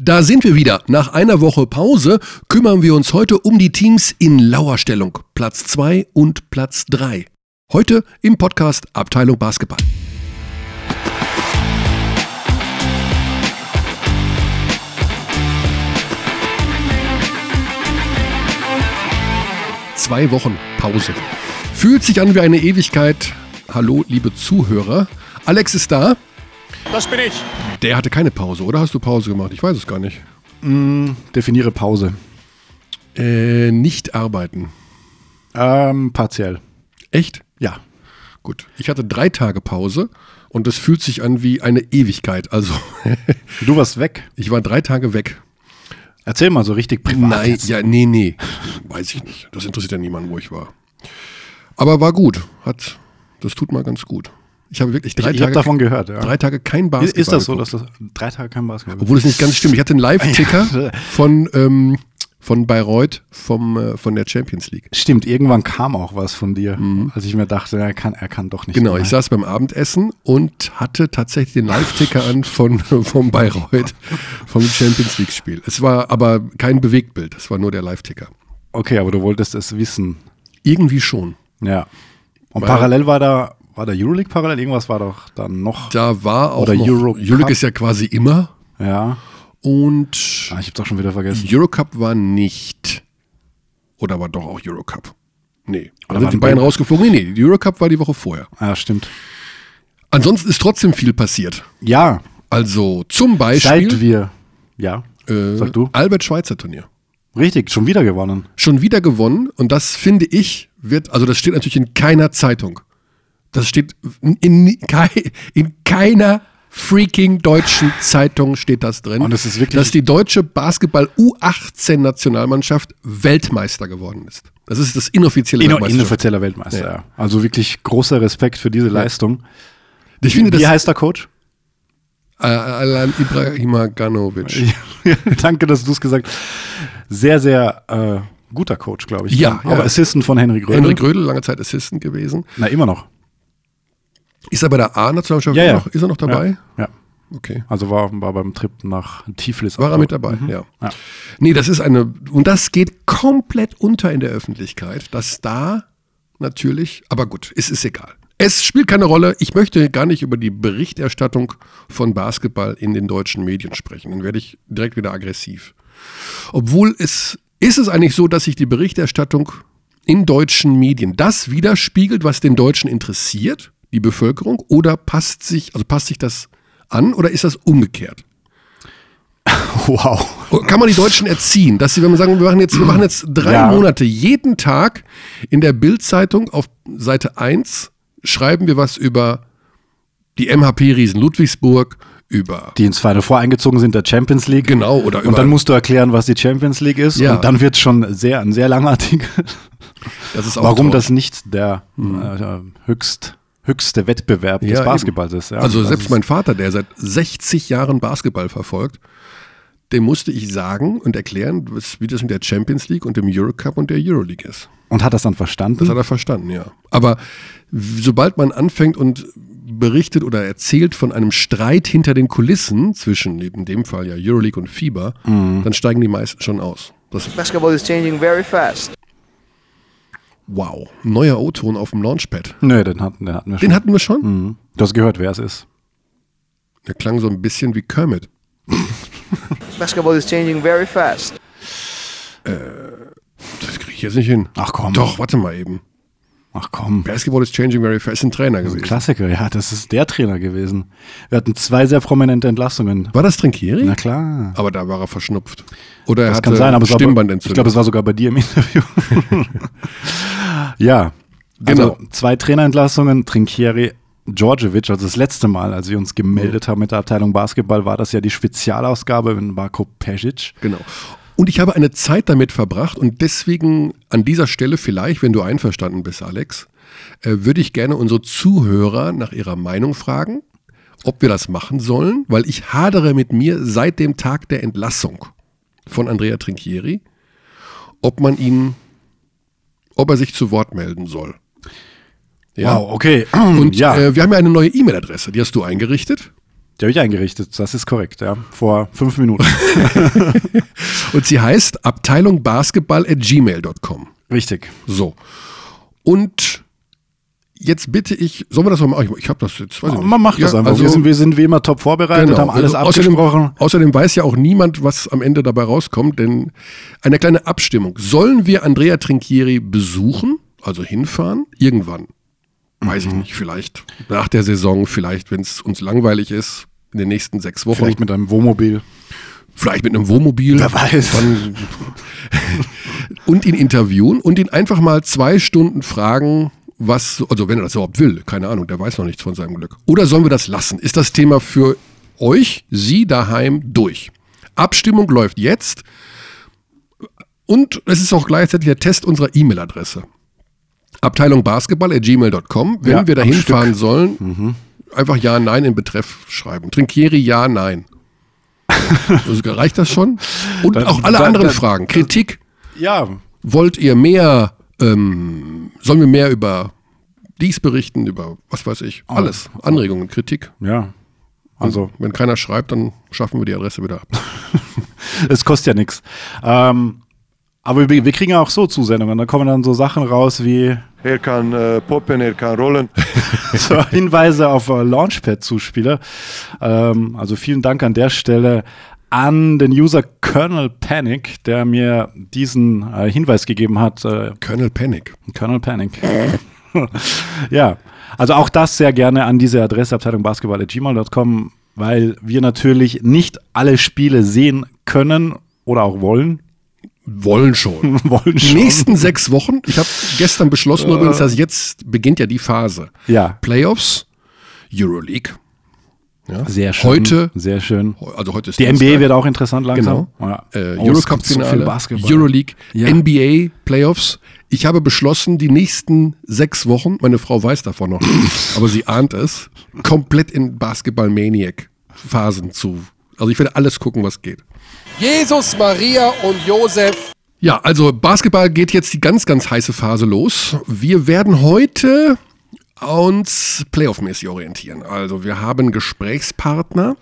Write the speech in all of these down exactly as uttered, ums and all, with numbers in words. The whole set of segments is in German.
Da sind wir wieder. Nach einer Woche Pause kümmern wir uns heute um die Teams in Lauerstellung. Platz zwei und Platz drei. Heute im Podcast Abteilung Basketball. Zwei Wochen Pause. Fühlt sich an wie eine Ewigkeit. Hallo, liebe Zuhörer. Alex ist da. Das bin ich. Der hatte keine Pause, oder hast du Pause gemacht? Ich weiß es gar nicht. Mm, definiere Pause. Äh, nicht arbeiten. Ähm, partiell. Echt? Ja. Gut. Ich hatte drei Tage Pause und das fühlt sich an wie eine Ewigkeit. Also Du warst weg. Ich war drei Tage weg. Erzähl mal so richtig privat. Nein, jetzt. ja, nee, nee. Weiß ich nicht. Das interessiert ja niemanden, wo ich war. Aber war gut. Hat, das tut mal ganz gut. Ich habe wirklich drei ich, ich Tage, habe davon gehört. Ja. drei Tage kein Basketball Ist das so, geguckt. dass das drei Tage kein Basketball? Obwohl es nicht ganz stimmt. Ich hatte einen Live-Ticker von, ähm, von Bayreuth vom, äh, von der Champions League. Stimmt, irgendwann kam auch was von dir, mhm. als ich mir dachte, er kann, er kann doch nicht. Genau, mehr. ich saß beim Abendessen und hatte tatsächlich den Live-Ticker an von, vom Bayreuth, vom Champions League-Spiel. Es war aber kein Bewegtbild, es war nur der Live-Ticker. Okay, aber du wolltest es wissen. Irgendwie schon. Ja. Und Weil, parallel war da, war da Euroleague parallel? Irgendwas war doch dann noch. Da war auch oder noch, Euro Euroleague ist ja quasi immer. Ja. Und ah, ich hab's auch schon wieder vergessen. Eurocup war nicht. Oder war doch auch Eurocup? Nee. Oder Da sind die Bayern rausgeflogen? Nee, nee, die Eurocup war die Woche vorher. Ja, stimmt. Ansonsten ist trotzdem viel passiert. Ja. Also zum Beispiel. Seit wir, ja, äh, sag du. Albert-Schweitzer-Turnier. Richtig, schon wieder gewonnen. Schon wieder gewonnen und das finde ich, wird, also das steht natürlich in keiner Zeitung. Das steht in, in, in keiner freaking deutschen Zeitung steht das drin, und es ist wirklich, dass die deutsche Basketball-U achtzehn Nationalmannschaft Weltmeister geworden ist. Das ist das inoffizielle Inno, Weltmeister. Inoffizieller Weltmeister, ja. Ja. Also wirklich großer Respekt für diese Ja. Leistung. Ich finde, Wie das, heißt der Coach? äh, Alan Ibrahimaganovic. Danke, dass du es gesagt hast. Sehr, sehr äh, guter Coach, glaube ich. Ja, aber ja. Assistant von Henry Grödel. Henry Grödel, lange Zeit Assistant gewesen. Na, immer noch. Ist er bei der A-Nationalmannschaft Ja, ja. noch? Ist er noch dabei? Ja. Okay. Also war, war beim Trip nach Tiflis. War er auch. mit dabei, Mhm. ja. ja. Nee, das ist eine, und das geht komplett unter in der Öffentlichkeit, dass da natürlich, aber gut, es ist egal. Es spielt keine Rolle. Ich möchte gar nicht über die Berichterstattung von Basketball in den deutschen Medien sprechen. Dann werde ich direkt wieder aggressiv. Obwohl es, ist es eigentlich so, dass sich die Berichterstattung in deutschen Medien das widerspiegelt, was den Deutschen interessiert, die Bevölkerung, oder passt sich, also passt sich das an oder ist das umgekehrt? Wow. Kann man die Deutschen erziehen, dass sie, wenn wir sagen, wir machen jetzt, wir machen jetzt drei Ja. Monate jeden Tag in der Bild-Zeitung auf Seite eins schreiben wir was über die M H P-Riesen Ludwigsburg, über Die ins Final Four eingezogen sind der Champions League. genau oder über Und dann musst du erklären, was die Champions League ist. Ja. Und dann wird schon sehr, ein sehr langer Artikel. das ist auch Warum traurig. das nicht der äh, höchst, höchste Wettbewerb des Ja, Basketballs ist. Ja. Also Das selbst ist- mein Vater, der seit sechzig Jahren Basketball verfolgt, dem musste ich sagen und erklären, was- wie das mit der Champions League und dem Eurocup und der Euroleague ist. Und hat das dann Das verstanden? hat er verstanden, ja. Aber w- sobald man anfängt und berichtet oder erzählt von einem Streit hinter den Kulissen zwischen, in dem Fall ja Euroleague und FIBA, Mhm. dann steigen die meisten schon aus. Das, Basketball is changing very fast. wow, neuer O-Ton auf dem Launchpad. Nö, den hatten, den hatten wir schon. Den hatten wir schon? Mhm. Du hast gehört, wer es ist. Der klang so ein bisschen wie Kermit. Basketball is changing very fast. Das kriege ich jetzt nicht hin. Ach komm. Doch, warte mal eben. Ach komm. Basketball is changing very fast. Ist ein Trainer Das ist ein gewesen. Klassiker, ja, das ist der Trainer gewesen. Wir hatten zwei sehr prominente Entlassungen. War das Trinkieri? Na klar. Aber da war er verschnupft. Oder er Das hatte kann sein, aber es war, ich Stimmbandentzündung. glaube, es war sogar bei dir im Interview. Ja, also Genau. zwei Trainerentlassungen, Trinkieri, Djordjevic, also das letzte Mal, als wir uns gemeldet haben mit der Abteilung Basketball, war das ja die Spezialausgabe mit Marko Pešić. Genau. Und ich habe eine Zeit damit verbracht und deswegen an dieser Stelle vielleicht, wenn du einverstanden bist, Alex, äh, würde ich gerne unsere Zuhörer nach ihrer Meinung fragen, ob wir das machen sollen, weil ich hadere mit mir seit dem Tag der Entlassung von Andrea Trinchieri, ob man ihn, ob er sich zu Wort melden soll. Ja. Wow, okay. Und ja. äh, wir haben ja eine neue E-Mail-Adresse, die hast du eingerichtet. Die habe ich eingerichtet, das ist korrekt, ja. Vor fünf Minuten. Und sie heißt Abteilung Basketball at gmail dot com. Richtig. So. Und jetzt bitte ich, sollen wir das mal machen? Ich, ich habe das jetzt, weiß ich nicht. Man macht das ja, einfach. Also, wir, sind, wir sind wie immer top vorbereitet, genau. haben alles also, abgesprochen. Außerdem, außerdem weiß ja auch niemand, was am Ende dabei rauskommt, denn eine kleine Abstimmung. Sollen wir Andrea Trinchieri besuchen, also hinfahren, irgendwann? Weiß ich nicht, vielleicht nach der Saison, vielleicht, wenn es uns langweilig ist, in den nächsten sechs Wochen. Vielleicht mit einem Wohnmobil. Vielleicht mit einem Wohnmobil. Wer weiß. Dann und ihn interviewen und ihn einfach mal zwei Stunden fragen, was, also wenn er das überhaupt will, keine Ahnung, der weiß noch nichts von seinem Glück. Oder sollen wir das lassen? Ist das Thema für euch, Sie daheim, durch? Abstimmung läuft jetzt und es ist auch gleichzeitig der Test unserer E-Mail-Adresse. Abteilung Basketball at gmail dot com. Wenn Ja, wir da am hinfahren Stück. sollen, Mhm. einfach Ja, Nein in Betreff schreiben. Trinkieri, Ja, Nein. Also, reicht das schon? Und Dann- auch alle dann- anderen dann- Fragen. Kritik. Ja, Wollt ihr mehr, ähm, sollen wir mehr über dies berichten, über was weiß ich, alles. Anregungen, Kritik. ja. Also, Wenn keiner schreibt, dann schaffen wir die Adresse wieder ab. es kostet ja nichts. Ähm, aber wir, wir kriegen ja auch so Zusendungen. Da kommen dann so Sachen raus wie Er kann äh, poppen, er kann rollen. so Hinweise auf äh, Launchpad-Zuspieler. Ähm, also vielen Dank an der Stelle an den User Colonel Panic, der mir diesen äh, Hinweis gegeben hat. Äh, Colonel Panic. Colonel Panic. Ja, also auch das sehr gerne an diese Adresse Abteilung Basketball at gmail dot com, weil wir natürlich nicht alle Spiele sehen können oder auch wollen. Wollen schon. wollen Die schon. nächsten sechs Wochen, ich habe gestern beschlossen übrigens, dass jetzt beginnt ja die Phase. Ja, Playoffs, Euroleague. Ja. sehr schön. Heute, Sehr schön. also heute ist Die N B A Dienstag. wird auch interessant langsam. Genau. Ja. Äh, Oh, es kommt so viel Eurocup-Finale, Basketball. Euroleague, Ja. N B A Playoffs. Ich habe beschlossen, die nächsten sechs Wochen, meine Frau weiß davon noch nicht, aber sie ahnt es, komplett in Basketball-Maniac-Phasen zu. Also ich werde alles gucken, was geht. Jesus, Maria und Josef. Ja, also Basketball geht jetzt die ganz, ganz heiße Phase los. Wir werden heute uns Playoff-mäßig orientieren. Also wir haben Gesprächspartner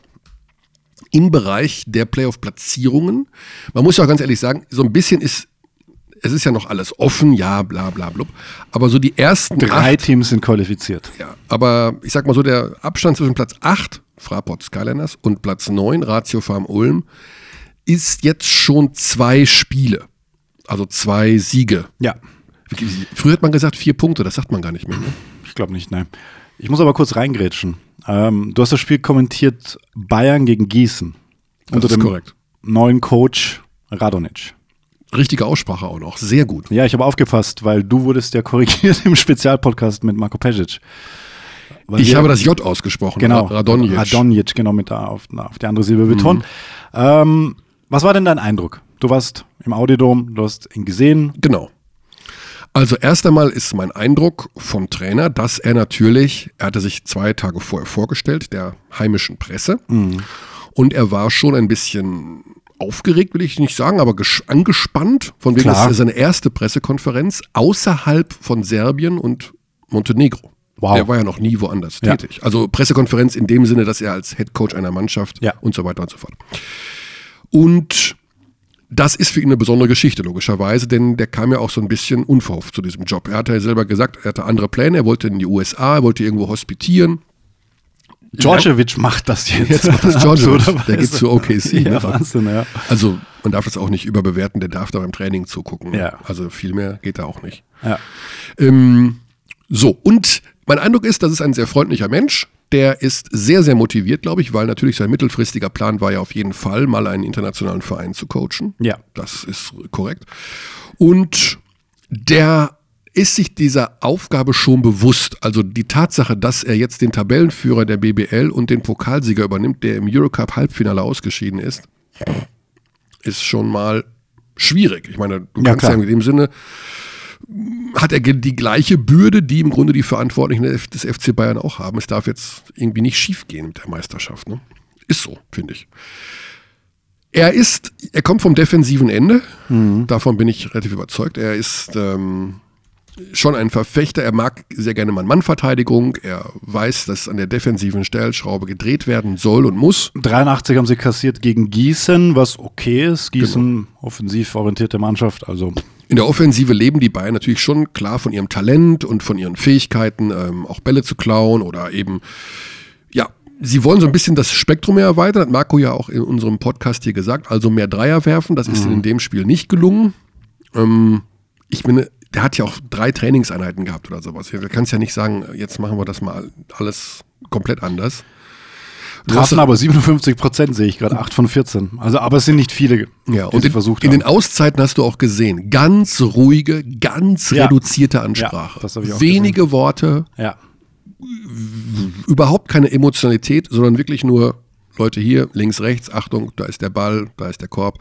im Bereich der Playoff-Platzierungen. Man muss ja auch ganz ehrlich sagen, so ein bisschen ist, es ist ja noch alles offen, ja, bla bla blub. Aber so die ersten Drei acht, Teams sind qualifiziert. ja, aber ich sag mal so, der Abstand zwischen Platz acht, Fraport Skyliners, und Platz neun, Ratio Farm Ulm, ist jetzt schon zwei Spiele. Also zwei Siege. Ja, Früher hat man gesagt vier Punkte, das sagt man gar nicht mehr. Ne? ich glaube nicht, nein. Ich muss aber kurz reingrätschen. Ähm, du hast das Spiel kommentiert, Bayern gegen Gießen. Das Unter ist dem korrekt. neuen Coach Radonic. Richtige Aussprache auch noch, sehr gut. Ja, ich habe aufgepasst, weil du wurdest ja korrigiert im Spezialpodcast mit Marco Pesic. Weil Ich wir- habe das J ausgesprochen, Genau, Radonjic. Radonjic, genau, mit da auf, auf die andere Silbe betont. Ähm, was war denn dein Eindruck? Du warst im Audidom, du hast ihn gesehen. Genau. Also erst einmal ist mein Eindruck vom Trainer, dass er natürlich, er hatte sich zwei Tage vorher vorgestellt, der heimischen Presse. Und er war schon ein bisschen aufgeregt, will ich nicht sagen, aber gesch- angespannt. Von wegen, Klar. das ist seine erste Pressekonferenz außerhalb von Serbien und Montenegro. Wow. Er war ja noch nie woanders Ja. tätig. Also Pressekonferenz in dem Sinne, dass er als Headcoach einer Mannschaft Ja. und so weiter und so fort. Und das ist für ihn eine besondere Geschichte, logischerweise, denn der kam ja auch so ein bisschen unverhofft zu diesem Job. Er hatte ja selber gesagt, er hatte andere Pläne, er wollte in die U S A, er wollte irgendwo hospitieren. Djordjevic macht das jetzt. Jetzt macht das Djordjevic, der geht Absurderweise. zu O K C. Ja, ne? Wahnsinn, ja. Also man darf das auch nicht überbewerten, der darf da beim Training zugucken. Ja. Also viel mehr geht da auch nicht. ja. Ähm, so, und mein Eindruck ist, das ist ein sehr freundlicher Mensch. Der ist sehr, sehr motiviert, glaube ich, weil natürlich sein mittelfristiger Plan war ja auf jeden Fall, mal einen internationalen Verein zu coachen. Ja. Das ist korrekt. Und der ist sich dieser Aufgabe schon bewusst. Also die Tatsache, dass er jetzt den Tabellenführer der B B L und den Pokalsieger übernimmt, der im Eurocup-Halbfinale ausgeschieden ist, ist schon mal schwierig. Ich meine, du Ja, kannst ja klar. in dem Sinne, hat er die gleiche Bürde, die im Grunde die Verantwortlichen des F C Bayern auch haben. Es darf jetzt irgendwie nicht schief gehen mit der Meisterschaft. Ne? Ist so, finde ich. Er ist, er kommt vom defensiven Ende. Mhm. Davon bin ich relativ überzeugt. Er ist ähm, schon ein Verfechter, er mag sehr gerne Mann-Mann-Verteidigung, er weiß, dass an der defensiven Stellschraube gedreht werden soll und muss. dreiundachtzig haben sie kassiert gegen Gießen, was okay ist. Gießen, genau. Offensiv orientierte Mannschaft, also... In der Offensive leben die Bayern natürlich schon klar von ihrem Talent und von ihren Fähigkeiten, ähm, auch Bälle zu klauen oder eben, ja, sie wollen so ein bisschen das Spektrum mehr erweitern, hat Marco ja auch in unserem Podcast hier gesagt, also mehr Dreier werfen, das ist mhm. in dem Spiel nicht gelungen. Ähm, ich bin, der hat ja auch drei Trainingseinheiten gehabt oder sowas. Du kannst ja nicht sagen, jetzt machen wir das mal alles komplett anders. Trafen aber siebenundfünfzig Prozent sehe ich gerade, acht von vierzehn. Also, aber es sind nicht viele, ja, und in, versucht haben. In den Auszeiten hast du auch gesehen, ganz ruhige, ganz ja. reduzierte Ansprache. Ja, das habe ich auch Wenige gesehen. Worte, ja. überhaupt keine Emotionalität, sondern wirklich nur Leute hier, links, rechts, Achtung, da ist der Ball, da ist der Korb.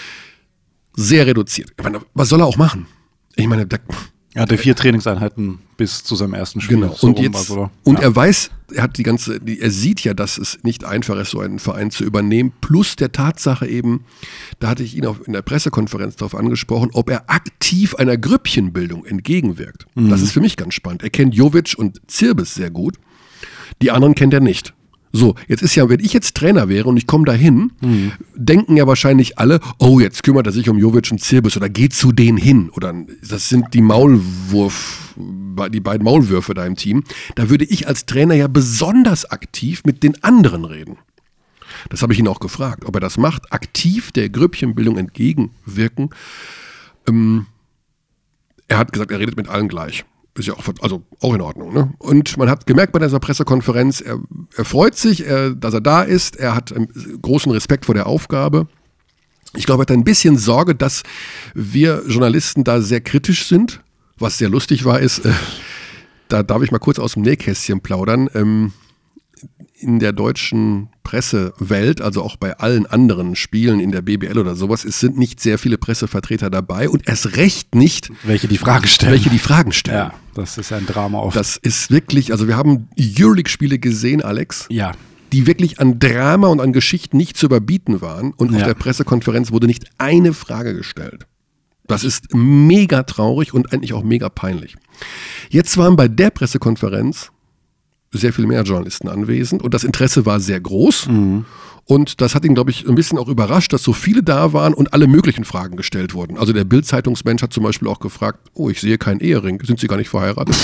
Sehr reduziert. Ich meine, was soll er auch machen? Ich meine, der, er hatte vier Trainingseinheiten bis zu seinem ersten Spiel. Genau. So und jetzt, oder? Und ja. er weiß, er hat die ganze, die, er sieht ja, dass es nicht einfach ist, so einen Verein zu übernehmen. Plus der Tatsache eben, da hatte ich ihn auch in der Pressekonferenz darauf angesprochen, ob er aktiv einer Grüppchenbildung entgegenwirkt. Mhm. Das ist für mich ganz spannend. Er kennt Jovic und Zirbis sehr gut. Die anderen kennt er nicht. So, jetzt ist ja, wenn ich jetzt Trainer wäre und ich komme dahin, mhm. denken ja wahrscheinlich alle, oh, jetzt kümmert er sich um Jovic und Zirbis oder geht zu denen hin. Oder das sind die Maulwurf, die beiden Maulwürfe da im Team. Da würde ich als Trainer ja besonders aktiv mit den anderen reden. Das habe ich ihn auch gefragt, ob er das macht, aktiv der Grüppchenbildung entgegenwirken. Ähm, er hat gesagt, er redet mit allen gleich. Ist ja auch, also auch in Ordnung. Ne? Und man hat gemerkt bei dieser Pressekonferenz, er, er freut sich, er, dass er da ist. Er hat einen großen Respekt vor der Aufgabe. Ich glaube, er hat ein bisschen Sorge, dass wir Journalisten da sehr kritisch sind. Was sehr lustig war, ist, äh, da darf ich mal kurz aus dem Nähkästchen plaudern. Ähm, in der deutschen Pressewelt, also auch bei allen anderen Spielen in der B B L oder sowas, es sind nicht sehr viele Pressevertreter dabei und erst recht nicht, welche die Fragen stellen. Welche die Fragen stellen. Ja, das ist ein Drama oft. Das ist wirklich, also wir haben Euroleague-Spiele gesehen, Alex. Ja. Die wirklich an Drama und an Geschichten nicht zu überbieten waren und ja. auf der Pressekonferenz wurde nicht eine Frage gestellt. Das ist mega traurig und eigentlich auch mega peinlich. Jetzt waren bei der Pressekonferenz sehr viel mehr Journalisten anwesend und das Interesse war sehr groß mhm. und das hat ihn, glaube ich, ein bisschen auch überrascht, dass so viele da waren und alle möglichen Fragen gestellt wurden. Also der Bild-Zeitungsmensch hat zum Beispiel auch gefragt, oh, ich sehe keinen Ehering, sind Sie gar nicht verheiratet?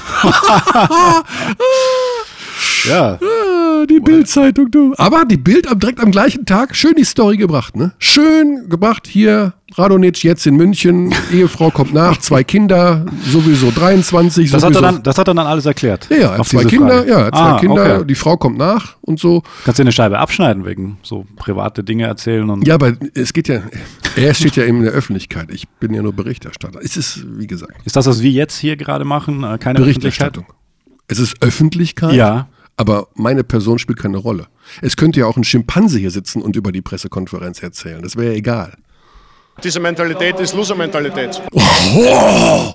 Ja. Die Bild-Zeitung, du. Aber die Bild am, direkt am gleichen Tag schön die Story gebracht, ne? Schön gebracht, hier Radonjic jetzt in München, Ehefrau kommt nach, zwei Kinder, sowieso dreiundzwanzig. Das, sowieso. Hat, er dann, das hat er dann alles erklärt? Ja, ja, er hat zwei Kinder, Frage. ja, er hat zwei ah, Kinder, okay. Die Frau kommt nach und so. Kannst du eine Scheibe abschneiden wegen so private Dinge erzählen? Und ja, aber es geht ja, er steht ja eben in der Öffentlichkeit, ich bin ja nur Berichterstatter. Es ist, wie gesagt. Ist das, was wir jetzt hier gerade machen, keine Berichterstattung? Es ist Öffentlichkeit. Ja. Aber meine Person spielt keine Rolle. Es könnte ja auch ein Schimpanse hier sitzen und über die Pressekonferenz erzählen. Das wäre ja egal. Diese Mentalität ist Loser-Mentalität. Oh.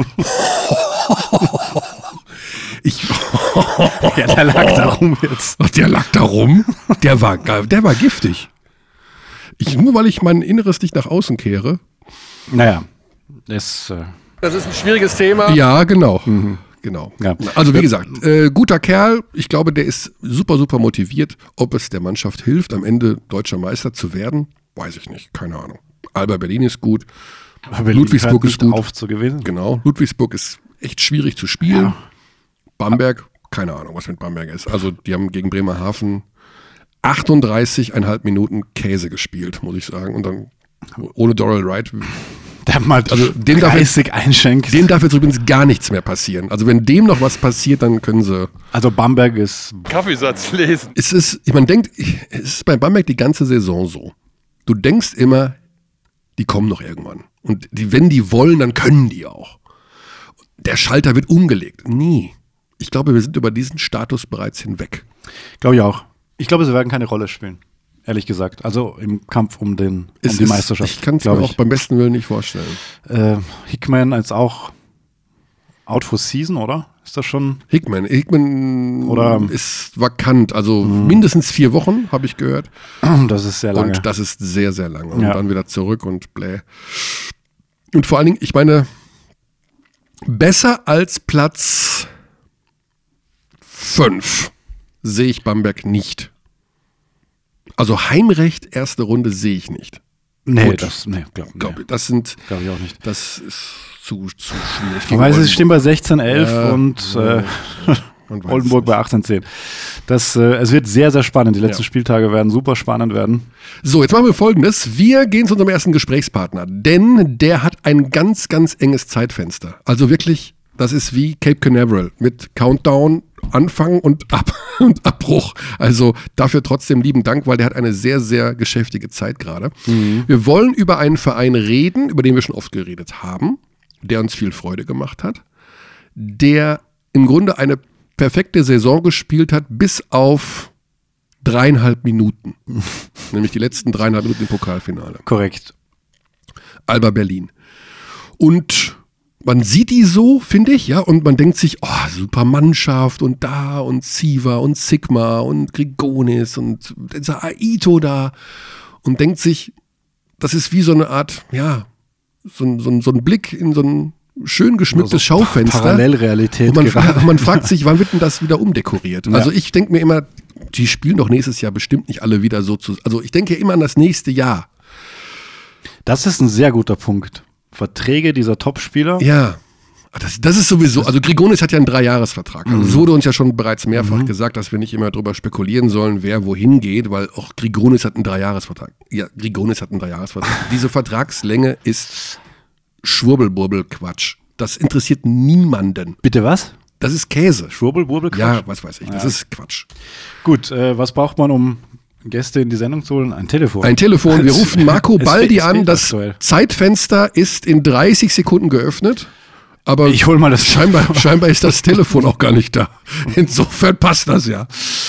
Ich, ja, der lag da rum jetzt. Ach, der lag da rum? Der war, der war giftig. Ich, nur weil ich mein Inneres nicht nach außen kehre. Naja, das, äh das ist ein schwieriges Thema. Ja, genau. Mhm. Genau. Ja. Also wie gesagt, äh, guter Kerl. Ich glaube, der ist super, super motiviert. Ob es der Mannschaft hilft, am Ende deutscher Meister zu werden, weiß ich nicht. Keine Ahnung. Alba Berlin ist gut. Berlin Ludwigsburg ist gut. Auf zu gewinnen. Genau. Ludwigsburg ist echt schwierig zu spielen. Ja. Bamberg, keine Ahnung, was mit Bamberg ist. Also die haben gegen Bremerhaven achtunddreißig Komma fünf Minuten Käse gespielt, muss ich sagen. Und dann ohne Doral Wright. Der mal also dem dreißig darf jetzt, einschenkt. Dem darf jetzt übrigens gar nichts mehr passieren. Also wenn dem noch was passiert, dann können sie... Also Bamberg ist... Kaffeesatz lesen. Es ist, man denkt, es ist bei Bamberg die ganze Saison so. Du denkst immer, die kommen noch irgendwann. Und die, wenn die wollen, dann können die auch. Der Schalter wird umgelegt. Nie. Ich glaube, wir sind über diesen Status bereits hinweg. Glaube ich auch. Ich glaube, sie werden keine Rolle spielen. Ehrlich gesagt. Also im Kampf um, den, um die ist, Meisterschaft. Ich kann es mir auch beim besten Willen nicht vorstellen. Äh, Hickman ist auch out for season, oder? Ist das schon? Hickman. Hickman oder, ist vakant. Also mh. mindestens vier Wochen, habe ich gehört. Das ist sehr lange. Und das ist sehr, sehr lange. Und ja. dann wieder zurück und bläh. Und vor allen Dingen, ich meine, Besser als Platz fünf sehe ich Bamberg nicht. Also Heimrecht, erste Runde sehe ich nicht. Nee, Gut. das, nee, glaub, Glaub, nee. das sind, Glaub ich auch nicht. das ist zu, zu schwierig. Ich weiß, sie stehen bei sechzehn elf Ja, und ja. äh, Man weiß Oldenburg es bei nicht. achtzehn zehn. Das, äh, es wird sehr, sehr spannend. Die letzten Ja. Spieltage werden super spannend werden. So, jetzt machen wir Folgendes. Wir gehen zu unserem ersten Gesprächspartner, denn der hat ein ganz, ganz enges Zeitfenster. Also wirklich, das ist wie Cape Canaveral mit Countdown, Anfang und, Ab und Abbruch. Also dafür trotzdem lieben Dank, weil der hat eine sehr, sehr geschäftige Zeit gerade. Mhm. Wir wollen über einen Verein reden, über den wir schon oft geredet haben, der uns viel Freude gemacht hat, der im Grunde eine perfekte Saison gespielt hat, bis auf dreieinhalb Minuten. Nämlich die letzten dreieinhalb Minuten im Pokalfinale. Korrekt. Alba Berlin. Und man sieht die so, finde ich, ja, und man denkt sich, oh, super Mannschaft und da und Siva und Sigma und Grigonis und dieser Aito da und denkt sich, das ist wie so eine Art, ja, so, ein- so, ein- so ein Blick in so ein schön geschmücktes Also Schaufenster. Parallelrealität Und man, gerade. man fragt sich, wann wird denn das wieder umdekoriert? Ja. Also ich denke mir immer, die spielen doch nächstes Jahr bestimmt nicht alle wieder so zu. Also ich denke immer an das nächste Jahr. Das ist ein sehr guter Punkt. Verträge dieser Topspieler. Ja. Das, das ist sowieso, also Grigonis hat ja einen Dreijahresvertrag. Also es wurde uns ja schon bereits mehrfach gesagt, dass wir nicht immer drüber spekulieren sollen, wer wohin geht, weil auch Grigonis hat einen Dreijahresvertrag. Ja, Grigonis hat einen Dreijahresvertrag. Diese Vertragslänge ist Schwurbelburbel-Quatsch. Das interessiert niemanden. Bitte was? Das ist Käse. Schwurbel, Burbel, Quatsch? Ja, was weiß ich. Das Ja. ist Quatsch. Gut, äh, was braucht man, um Gäste in die Sendung zu holen? Ein Telefon. Ein Telefon. Wir rufen Marco Es Baldi fehlt- es an. fehlt Das aktuell. Zeitfenster ist in dreißig Sekunden geöffnet. Aber Ich hol mal das scheinbar, scheinbar ist das Telefon auch gar nicht da. Insofern passt das ja.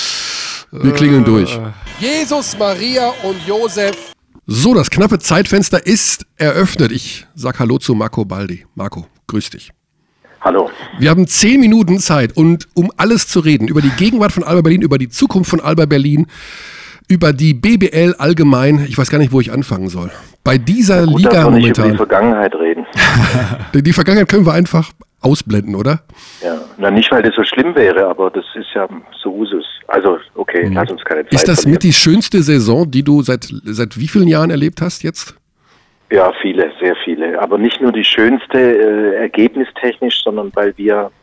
Wir klingeln durch. Jesus, Maria und Josef. So, das knappe Zeitfenster ist eröffnet. Ich sag Hallo zu Marco Baldi. Marco, grüß dich. Hallo. Wir haben zehn Minuten Zeit und um alles zu reden, über die Gegenwart von Alba Berlin, über die Zukunft von Alba Berlin, über die B B L allgemein. Ich weiß gar nicht, wo ich anfangen soll. Bei dieser Gut, Liga dass wir nicht über die momentan. Vergangenheit reden. Die, die Vergangenheit können wir einfach ausblenden, oder? Ja, na nicht, weil das so schlimm wäre, aber das ist ja so Usus. Also, okay, lass uns keine Zeit Ist das verlieren. mit die schönste Saison, die du seit, seit wie vielen Jahren erlebt hast jetzt? Ja, viele, sehr viele. Aber nicht nur die schönste äh, ergebnistechnisch, sondern weil wir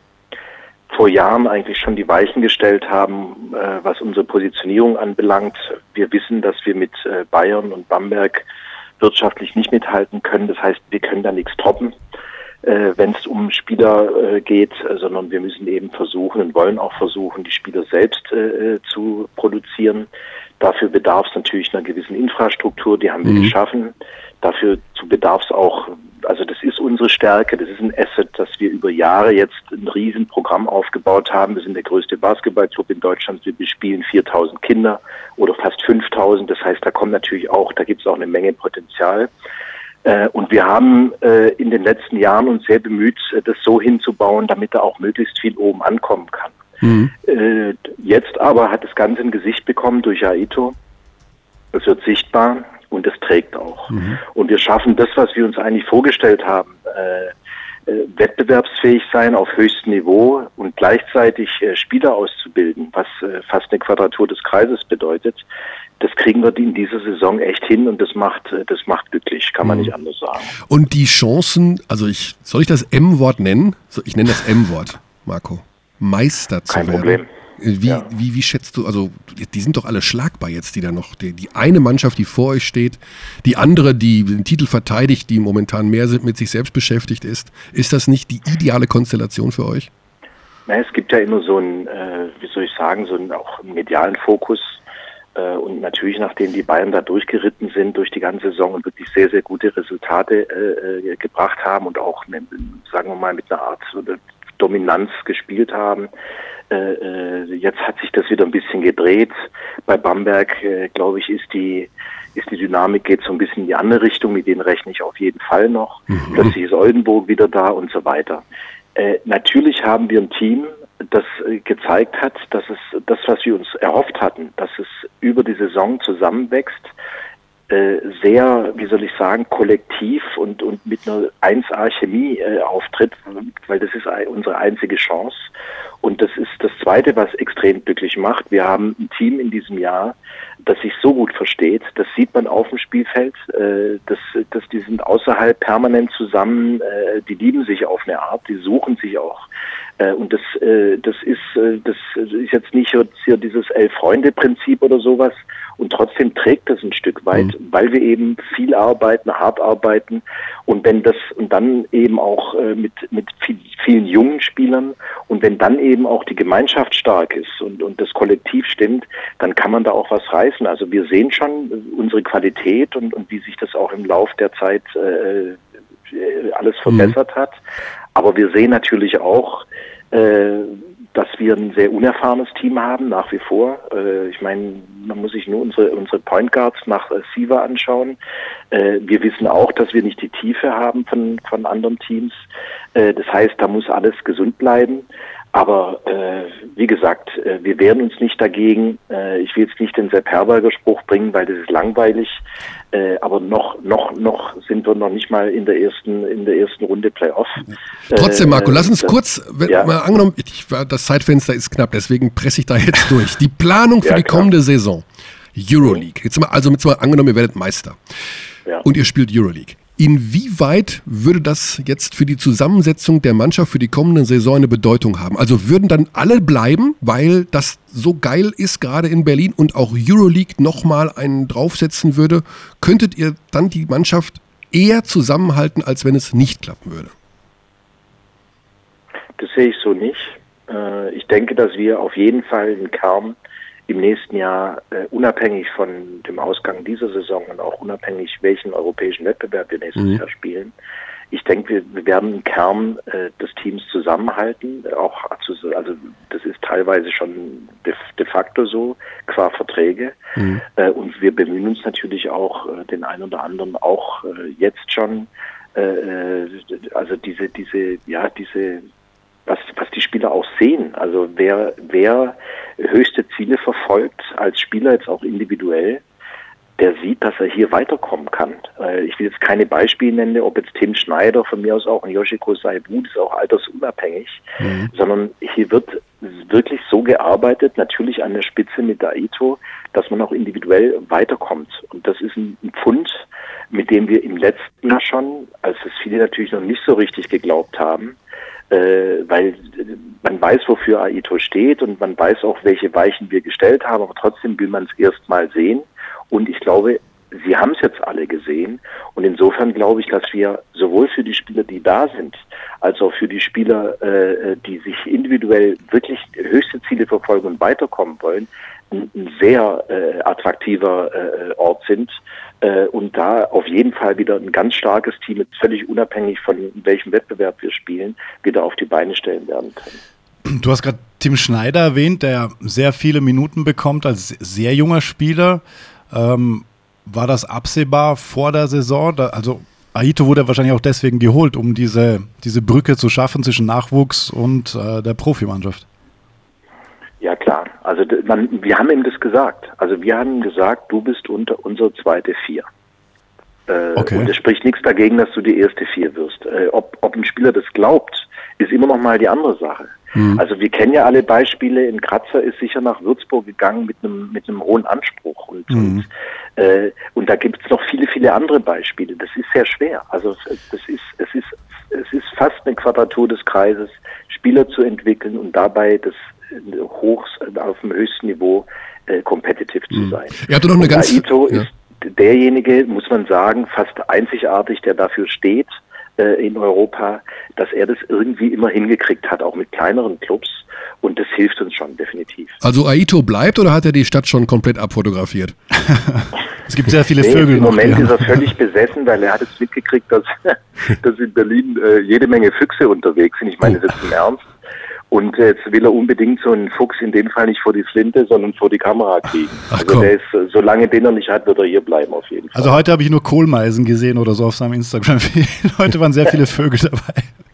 vor Jahren eigentlich schon die Weichen gestellt haben, äh, was unsere Positionierung anbelangt. Wir wissen, dass wir mit äh, Bayern und Bamberg wirtschaftlich nicht mithalten können. Das heißt, wir können da nichts toppen, äh, wenn es um Spieler äh, geht, äh, sondern wir müssen eben versuchen und wollen auch versuchen, die Spieler selbst äh, zu produzieren. Dafür bedarf es natürlich einer gewissen Infrastruktur, die haben wir Mhm. geschaffen. Dafür bedarf es auch, also das ist unsere Stärke, das ist ein Asset, dass wir über Jahre jetzt ein Riesenprogramm aufgebaut haben. Wir sind der größte Basketballclub in Deutschland, wir bespielen viertausend Kinder oder fast fünftausend. Das heißt, da kommt natürlich auch, da gibt es auch eine Menge Potenzial. Äh, Und wir haben äh, in den letzten Jahren uns sehr bemüht, äh, das so hinzubauen, damit da auch möglichst viel oben ankommen kann. Mhm. Äh, Jetzt aber hat das Ganze ein Gesicht bekommen durch Aito. Es wird sichtbar und es trägt auch. Und wir schaffen das, was wir uns eigentlich vorgestellt haben, äh, äh, wettbewerbsfähig sein auf höchstem Niveau und gleichzeitig äh, Spieler auszubilden, was äh, fast eine Quadratur des Kreises bedeutet. Das kriegen wir in dieser Saison echt hin und das macht, äh, das macht glücklich, kann man nicht anders sagen. Und die Chancen, also ich, soll ich das M-Wort nennen? So, ich nenne das M-Wort, Marco. Meister zu Kein werden. Problem. Wie, Ja. wie, wie schätzt du, also die sind doch alle schlagbar jetzt, die da noch, die, die eine Mannschaft, die vor euch steht, die andere, die den Titel verteidigt, die momentan mehr mit sich selbst beschäftigt ist. Ist das nicht die ideale Konstellation für euch? Na, es gibt ja immer so einen, äh, wie soll ich sagen, so einen auch einen medialen Fokus. Äh, und natürlich, nachdem die Bayern da durchgeritten sind durch die ganze Saison und wirklich sehr, sehr gute Resultate äh, äh, gebracht haben und auch, ne, sagen wir mal, mit einer Art oder Dominanz gespielt haben. Äh, äh, jetzt hat sich das wieder ein bisschen gedreht. Bei Bamberg, äh, glaube ich, ist die ist die Dynamik geht so ein bisschen in die andere Richtung. Mit denen rechne ich auf jeden Fall noch. Mhm. Plötzlich ist Oldenburg wieder da und so weiter. Äh, natürlich haben wir ein Team, das äh, gezeigt hat, dass es das, was wir uns erhofft hatten, dass es über die Saison zusammenwächst, äh, sehr, wie soll ich sagen, kollektiv und, und mit einer eins A-Chemie äh, auftritt, weil das ist unsere einzige Chance. Und das ist das Zweite, was extrem glücklich macht. Wir haben ein Team in diesem Jahr, das sich so gut versteht. Das sieht man auf dem Spielfeld. Äh, das, das, die sind außerhalb permanent zusammen. Äh, die lieben sich auf eine Art. Die suchen sich auch. Äh, und das, äh, das ist, äh, das ist jetzt nicht hier dieses Elf-Freunde-Prinzip oder sowas. Und trotzdem trägt das ein Stück weit, mhm. weil wir eben viel arbeiten, hart arbeiten. Und wenn das, und dann eben auch äh, mit, mit viel, vielen jungen Spielern. Und wenn dann eben auch die Gemeinschaft stark ist und, und das Kollektiv stimmt, dann kann man da auch was reißen. Also wir sehen schon unsere Qualität und, und wie sich das auch im Lauf der Zeit äh, alles verbessert mhm. hat. Aber wir sehen natürlich auch, äh, dass wir ein sehr unerfahrenes Team haben, nach wie vor. Äh, ich meine, man muss sich nur unsere, unsere Point Guards nach äh, Siva anschauen. Äh, wir wissen auch, dass wir nicht die Tiefe haben von, von anderen Teams. Äh, das heißt, da muss alles gesund bleiben. Aber äh, wie gesagt, äh, wir wehren uns nicht dagegen. Äh, ich will jetzt nicht den Sepp Herberger Spruch bringen, weil das ist langweilig. Äh, aber noch, noch, noch sind wir noch nicht mal in der ersten, in der ersten Runde Playoff. Trotzdem, Marco, äh, lass uns das, kurz, wenn, ja. mal angenommen, ich, das Zeitfenster ist knapp, deswegen presse ich da jetzt durch. Die Planung für ja, die klar. kommende Saison, Euroleague. Jetzt mal, also mit so angenommen, ihr werdet Meister Ja. und ihr spielt Euroleague. Inwieweit würde das jetzt für die Zusammensetzung der Mannschaft für die kommende Saison eine Bedeutung haben? Also würden dann alle bleiben, weil das so geil ist, gerade in Berlin, und auch Euroleague nochmal einen draufsetzen würde? Könntet ihr dann die Mannschaft eher zusammenhalten, als wenn es nicht klappen würde? Das sehe ich so nicht. Ich denke, dass wir auf jeden Fall einen Kern im nächsten Jahr, äh, unabhängig von dem Ausgang dieser Saison und auch unabhängig, welchen europäischen Wettbewerb wir nächstes mhm. Jahr spielen, ich denke, wir, wir werden einen Kern äh, des Teams zusammenhalten. Auch zu, also das ist teilweise schon de, de facto so, qua Verträge. Mhm. Äh, und wir bemühen uns natürlich auch, äh, den einen oder anderen auch äh, jetzt schon, äh, also diese, diese, ja, diese Was, was die Spieler auch sehen. Also wer, wer höchste Ziele verfolgt, als Spieler jetzt auch individuell, der sieht, dass er hier weiterkommen kann. Ich will jetzt keine Beispiele nennen, ob jetzt Tim Schneider, von mir aus auch ein Yoshiko Saibu, das ist auch altersunabhängig, mhm. sondern hier wird wirklich so gearbeitet, natürlich an der Spitze mit Aito, dass man auch individuell weiterkommt. Und das ist ein Pfund, mit dem wir im letzten Jahr schon, als es viele natürlich noch nicht so richtig geglaubt haben, Äh, weil man weiß, wofür Aito steht und man weiß auch, welche Weichen wir gestellt haben, aber trotzdem will man es erst mal sehen. Und ich glaube, sie haben es jetzt alle gesehen. Und insofern glaube ich, dass wir sowohl für die Spieler, die da sind, als auch für die Spieler, äh, die sich individuell wirklich höchste Ziele verfolgen und weiterkommen wollen, ein, ein sehr äh, attraktiver äh, Ort sind. Äh, und da auf jeden Fall wieder ein ganz starkes Team, mit völlig unabhängig von welchem Wettbewerb wir spielen, wieder auf die Beine stellen werden können. Du hast gerade Tim Schneider erwähnt, der sehr viele Minuten bekommt als sehr junger Spieler. Ähm, war das absehbar vor der Saison? Da, also Aito wurde wahrscheinlich auch deswegen geholt, um diese, diese Brücke zu schaffen zwischen Nachwuchs und äh, der Profimannschaft. Ja klar, also man, wir haben ihm das gesagt. Also wir haben ihm gesagt, du bist unter unsere zweite Vier. Äh, okay. Und es spricht nichts dagegen, dass du die erste Vier wirst. Äh, ob, ob ein Spieler das glaubt, ist immer noch mal die andere Sache. Mhm. Also wir kennen ja alle Beispiele. In Kratzer ist sicher nach Würzburg gegangen mit einem mit einem hohen Anspruch. Und, mhm. und, äh, und da gibt es noch viele, viele andere Beispiele. Das ist sehr schwer. Also das ist, es ist, es ist fast eine Quadratur des Kreises, Spieler zu entwickeln und dabei das hoch auf dem höchsten Niveau äh, competitive zu sein. Er hatte noch eine und ganz, Aito ja. ist derjenige, muss man sagen, fast einzigartig, der dafür steht äh, in Europa, dass er das irgendwie immer hingekriegt hat, auch mit kleineren Clubs. Und das hilft uns schon definitiv. Also Aito bleibt oder hat er die Stadt schon komplett abfotografiert? Es gibt sehr viele nee, Vögel im noch. Im Moment ist er völlig besessen, weil er hat es mitgekriegt, dass, dass in Berlin äh, jede Menge Füchse unterwegs sind. Ich meine das jetzt im Ernst. Und jetzt will er unbedingt so einen Fuchs in dem Fall nicht vor die Flinte, sondern vor die Kamera kriegen. Ach, also der ist, solange den er nicht hat, wird er hier bleiben auf jeden Fall. Also heute habe ich nur Kohlmeisen gesehen oder so auf seinem Instagram-Feed. Heute waren sehr viele Vögel dabei.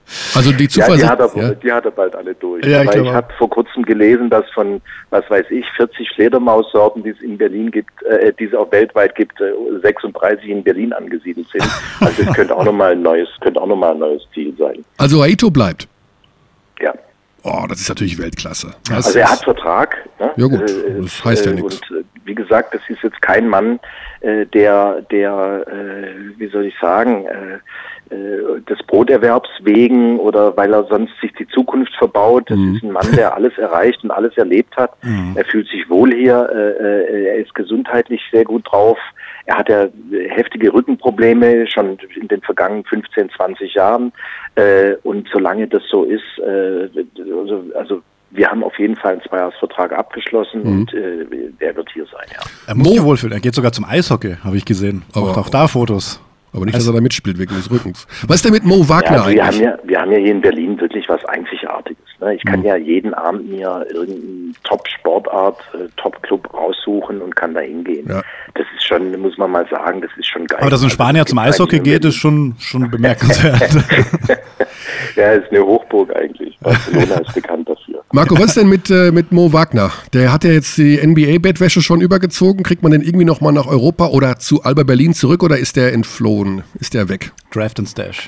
Also die Zuversicht. Ja, die hat er, ja. die hat er bald alle durch. Ja, ich Aber ich, glaube habe vor kurzem gelesen, dass von, was weiß ich, vierzig Fledermaussorten, die es in Berlin gibt, äh, die es auch weltweit gibt, äh, sechsunddreißig in Berlin angesiedelt sind. Also das könnte auch nochmal ein neues, könnte auch nochmal ein neues Ziel sein. Also Aito bleibt. Ja. Oh, das ist natürlich Weltklasse. Das Also er ist, hat Vertrag. Ne? Ja gut, Äh, das heißt ja äh, nichts. Und äh, wie gesagt, das ist jetzt kein Mann, äh, der, der, äh, wie soll ich sagen, äh, äh, des Broterwerbs wegen oder weil er sonst sich die Zukunft verbaut. Das Mhm. ist ein Mann, der alles erreicht und alles erlebt hat. Mhm. Er fühlt sich wohl hier, äh, äh, er ist gesundheitlich sehr gut drauf. Er hat ja heftige Rückenprobleme schon in den vergangenen fünfzehn, zwanzig Jahren. Äh, und solange das so ist, äh, also, also wir haben auf jeden Fall einen Zweijahresvertrag abgeschlossen Mhm. und äh, er wird hier sein, ja. Er muss sich wohlfühlen. Er geht sogar zum Eishockey, habe ich gesehen. Aber- Macht auch da Fotos. Aber nicht, dass er da mitspielt wegen des Rückens. Was ist denn mit Mo Wagner Ja, wir haben eigentlich? ja, wir haben ja hier in Berlin wirklich was Einzigartiges. Ne? Ich kann Mhm. ja jeden Abend mir irgendeine Top-Sportart, äh, Top-Club raussuchen und kann da hingehen. Ja. Das ist schon, muss man mal sagen, das ist schon geil. Aber dass ein Also, Spanier es zum gibt Eishockey eigentlich in geht, ist schon, schon bemerkenswert. Ja, ist eine Hochburg eigentlich. Barcelona ist bekannt dafür. Marco, was ist denn mit, äh, mit Mo Wagner? Der hat ja jetzt die N B A-Bettwäsche schon übergezogen. Kriegt man den irgendwie nochmal nach Europa oder zu Alba Berlin zurück oder ist der entflohen? Ist der weg? Draft and Stash.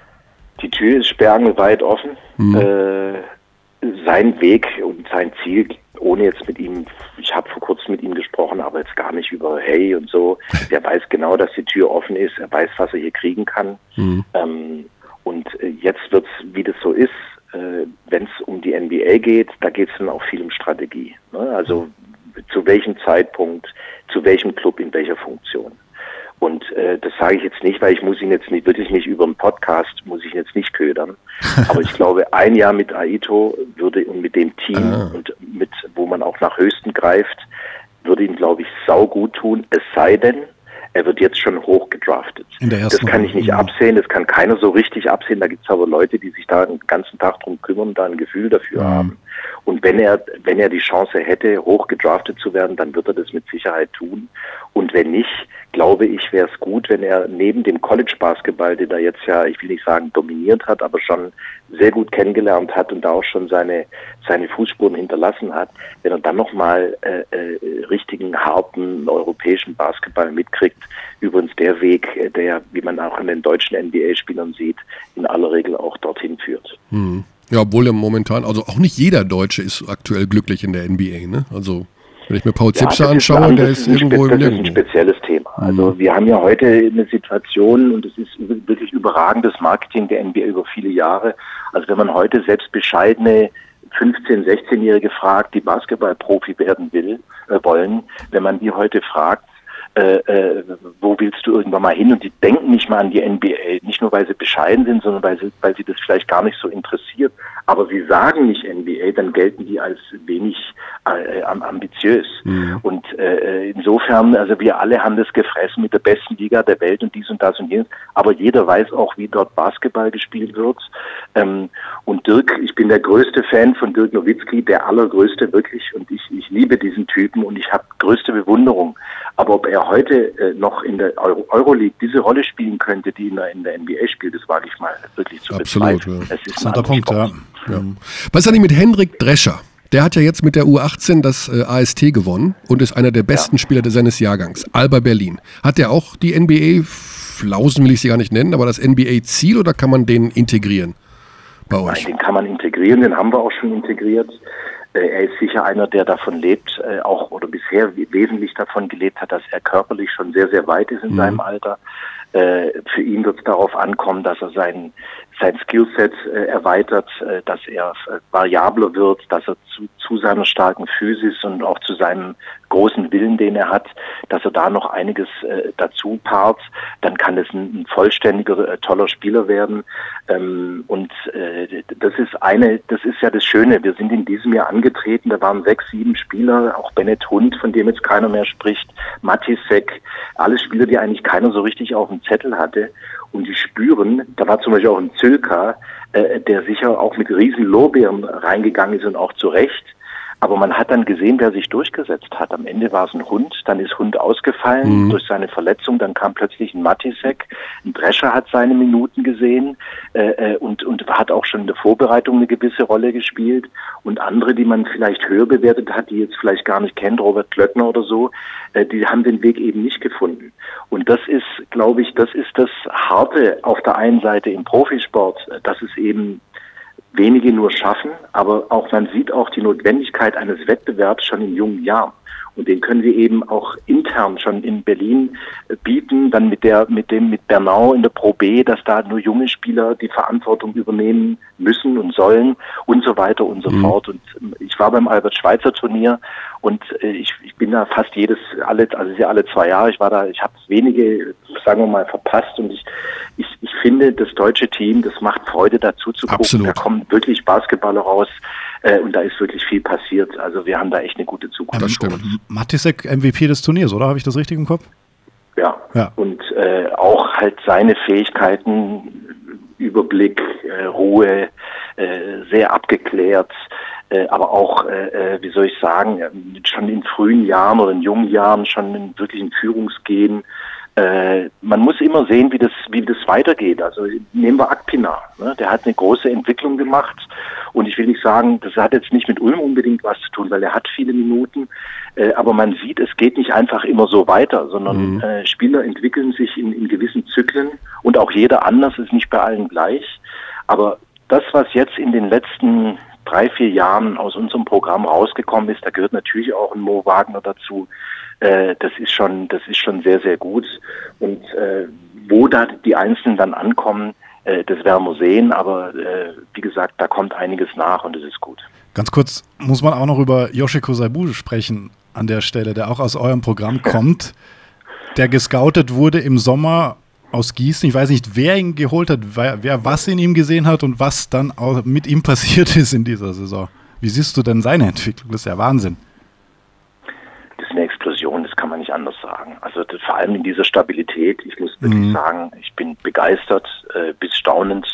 Die Tür ist sperrangelweit offen. Mhm. Äh, sein Weg und sein Ziel, ohne jetzt mit ihm, ich habe vor kurzem mit ihm gesprochen, aber jetzt gar nicht über Hey und so. Der weiß genau, dass die Tür offen ist. Er weiß, was er hier kriegen kann. Mhm. Ähm, und äh, jetzt wird's, wie das so ist, äh, wenn es um die N B A geht, da geht es dann auch viel um Strategie. Ne? Also zu welchem Zeitpunkt, zu welchem Club, in welcher Funktion. Und äh, das sage ich jetzt nicht, weil ich muss ihn jetzt nicht, wirklich nicht über einen Podcast, muss ich ihn jetzt nicht ködern. Aber ich glaube, ein Jahr mit Aito würde und mit dem Team Ah. und mit, wo man auch nach Höchsten greift, würde ihm, glaube ich, sau gut tun. Es sei denn, er wird jetzt schon hoch gedraftet. In der ersten Das kann ich nicht Runde. absehen, das kann keiner so richtig absehen. Da gibt es aber Leute, die sich da den ganzen Tag drum kümmern, da ein Gefühl dafür Mhm. haben. Und wenn er, wenn er die Chance hätte, hoch gedraftet zu werden, dann wird er das mit Sicherheit tun. Und wenn nicht, glaube ich, wäre es gut, wenn er neben dem College-Basketball, den er jetzt ja, ich will nicht sagen dominiert hat, aber schon sehr gut kennengelernt hat und da auch schon seine seine Fußspuren hinterlassen hat, wenn er dann nochmal äh, äh, richtigen, harten europäischen Basketball mitkriegt. Übrigens der Weg, äh, der, wie man auch an den deutschen N B A-Spielern sieht, in aller Regel auch dorthin führt. Mhm. Ja, obwohl er momentan, also auch nicht jeder Deutsche ist aktuell glücklich in der N B A, ne? Also wenn ich mir Paul Zipser das ist anschaue, ein- der das ist ein irgendwo spe- im Das ist ein Nirgendwo. spezielles Thema. Also wir haben ja heute eine Situation und es ist wirklich überragendes Marketing der N B A über viele Jahre. Also wenn man heute selbst bescheidene fünfzehn-, sechzehnjährige fragt, die Basketballprofi werden will, äh, wollen, wenn man die heute fragt, äh, äh, wo willst du irgendwann mal hin? Und die denken nicht mal an die N B A, nicht nur weil sie bescheiden sind, sondern weil sie, weil sie das vielleicht gar nicht so interessiert. Aber sie sagen nicht N B A, dann gelten die als wenig äh, ambitiös. Mhm. Und äh, insofern, also wir alle haben das gefressen mit der besten Liga der Welt und dies und das und jenes. Aber jeder weiß auch, wie dort Basketball gespielt wird. Ähm, und Dirk, ich bin der größte Fan von Dirk Nowitzki, der allergrößte wirklich. Und ich, ich liebe diesen Typen und ich habe größte Bewunderung. Aber ob er heute äh, noch in der Euro Euroleague diese Rolle spielen könnte, die in der, in der N B A spielt, das wage ich mal wirklich zu Absolut, bezweifeln. ja. Es ist ein Interessanter anderer Punkt, ja. Sport. Ja. Was ist eigentlich mit Hendrik Drescher? Der hat ja jetzt mit der U achtzehn das äh, A S T gewonnen und ist einer der besten Spieler seines Jahrgangs. Alba Berlin. Hat der auch die N B A-Flausen, will ich sie gar nicht nennen, aber das N B A-Ziel oder kann man den integrieren bei Nein, euch? den kann man integrieren, den haben wir auch schon integriert. Äh, Er ist sicher einer, der davon lebt, äh, auch oder bisher we- wesentlich davon gelebt hat, dass er körperlich schon sehr, sehr weit ist in Mhm. seinem Alter. Äh, Für ihn wird es darauf ankommen, dass er sein, sein Skillset äh, erweitert, äh, dass er äh, variabler wird, dass er zu, zu seiner starken Physis und auch zu seinem großen Willen, den er hat, dass er da noch einiges äh, dazu paart. Dann kann es ein, ein vollständiger, äh, toller Spieler werden. Ähm, und äh, das ist eine, das ist ja das Schöne. Wir sind in diesem Jahr angetreten, da waren sechs, sieben Spieler, auch Bennett Hund, von dem jetzt keiner mehr spricht, Matisek, alles Spieler, die eigentlich keiner so richtig auf dem Zettel hatte. Und die spüren, da war zum Beispiel auch ein Zülka, äh, der sicher auch mit riesen Lorbeeren reingegangen ist und auch zu Recht. Aber man hat dann gesehen, wer sich durchgesetzt hat. Am Ende war es ein Hund, dann ist Hund ausgefallen mhm. durch seine Verletzung, dann kam plötzlich ein Matisek, ein Drescher hat seine Minuten gesehen äh, und, und hat auch schon in der Vorbereitung eine gewisse Rolle gespielt. Und andere, die man vielleicht höher bewertet hat, die jetzt vielleicht gar nicht kennt, Robert Klöckner oder so, äh, die haben den Weg eben nicht gefunden. Und das ist, glaube ich, das ist das Harte auf der einen Seite im Profisport, dass es eben wenige nur schaffen, aber auch man sieht auch die Notwendigkeit eines Wettbewerbs schon in jungen Jahren. Und den können wir eben auch intern schon in Berlin bieten, dann mit der, mit dem, mit Bernau in der Pro B, dass da nur junge Spieler die Verantwortung übernehmen müssen und sollen und so weiter und so mhm. fort. Und ich war beim Albert-Schweitzer-Turnier und ich, ich bin da fast jedes, alle, also ja alle zwei Jahre, ich war da, ich habe wenige, sagen wir mal, verpasst und ich, ich, ich finde, das deutsche Team, das macht Freude dazu zu gucken. Absolut. Da kommen wirklich Basketballer raus. Und da ist wirklich viel passiert. Also wir haben da echt eine gute Zukunft. Das stimmt. Matisek M V P des Turniers, oder? Habe ich das richtig im Kopf? Ja. ja. Und äh, auch halt seine Fähigkeiten, Überblick, äh, Ruhe, äh, sehr abgeklärt, äh, aber auch, äh, wie soll ich sagen, schon in frühen Jahren oder in jungen Jahren schon in wirklichen Führungsgehen. Äh, man muss immer sehen, wie das, wie das weitergeht. Also nehmen wir Akpinar, ne? Der hat eine große Entwicklung gemacht und ich will nicht sagen, das hat jetzt nicht mit Ulm unbedingt was zu tun, weil er hat viele Minuten, äh, aber man sieht, es geht nicht einfach immer so weiter, sondern mhm. äh, Spieler entwickeln sich in, in gewissen Zyklen und auch jeder anders, ist nicht bei allen gleich. Aber das, was jetzt in den letzten drei, vier Jahren aus unserem Programm rausgekommen ist, da gehört natürlich auch ein Mo Wagner dazu. Äh, das ist schon, das ist schon sehr, sehr gut. Und äh, wo da die Einzelnen dann ankommen, äh, das werden wir sehen. Aber äh, wie gesagt, da kommt einiges nach und das ist gut. Ganz kurz muss man auch noch über Yoshiko Saibu sprechen an der Stelle, der auch aus eurem Programm kommt, der gescoutet wurde im Sommer aus Gießen. Ich weiß nicht, wer ihn geholt hat, wer, wer was in ihm gesehen hat und was dann auch mit ihm passiert ist in dieser Saison. Wie siehst du denn seine Entwicklung? Das ist ja Wahnsinn. Das ist eine Explosion, das kann man nicht anders sagen. Also das, vor allem in dieser Stabilität, ich muss wirklich mhm. sagen, ich bin begeistert, äh, bis staunend.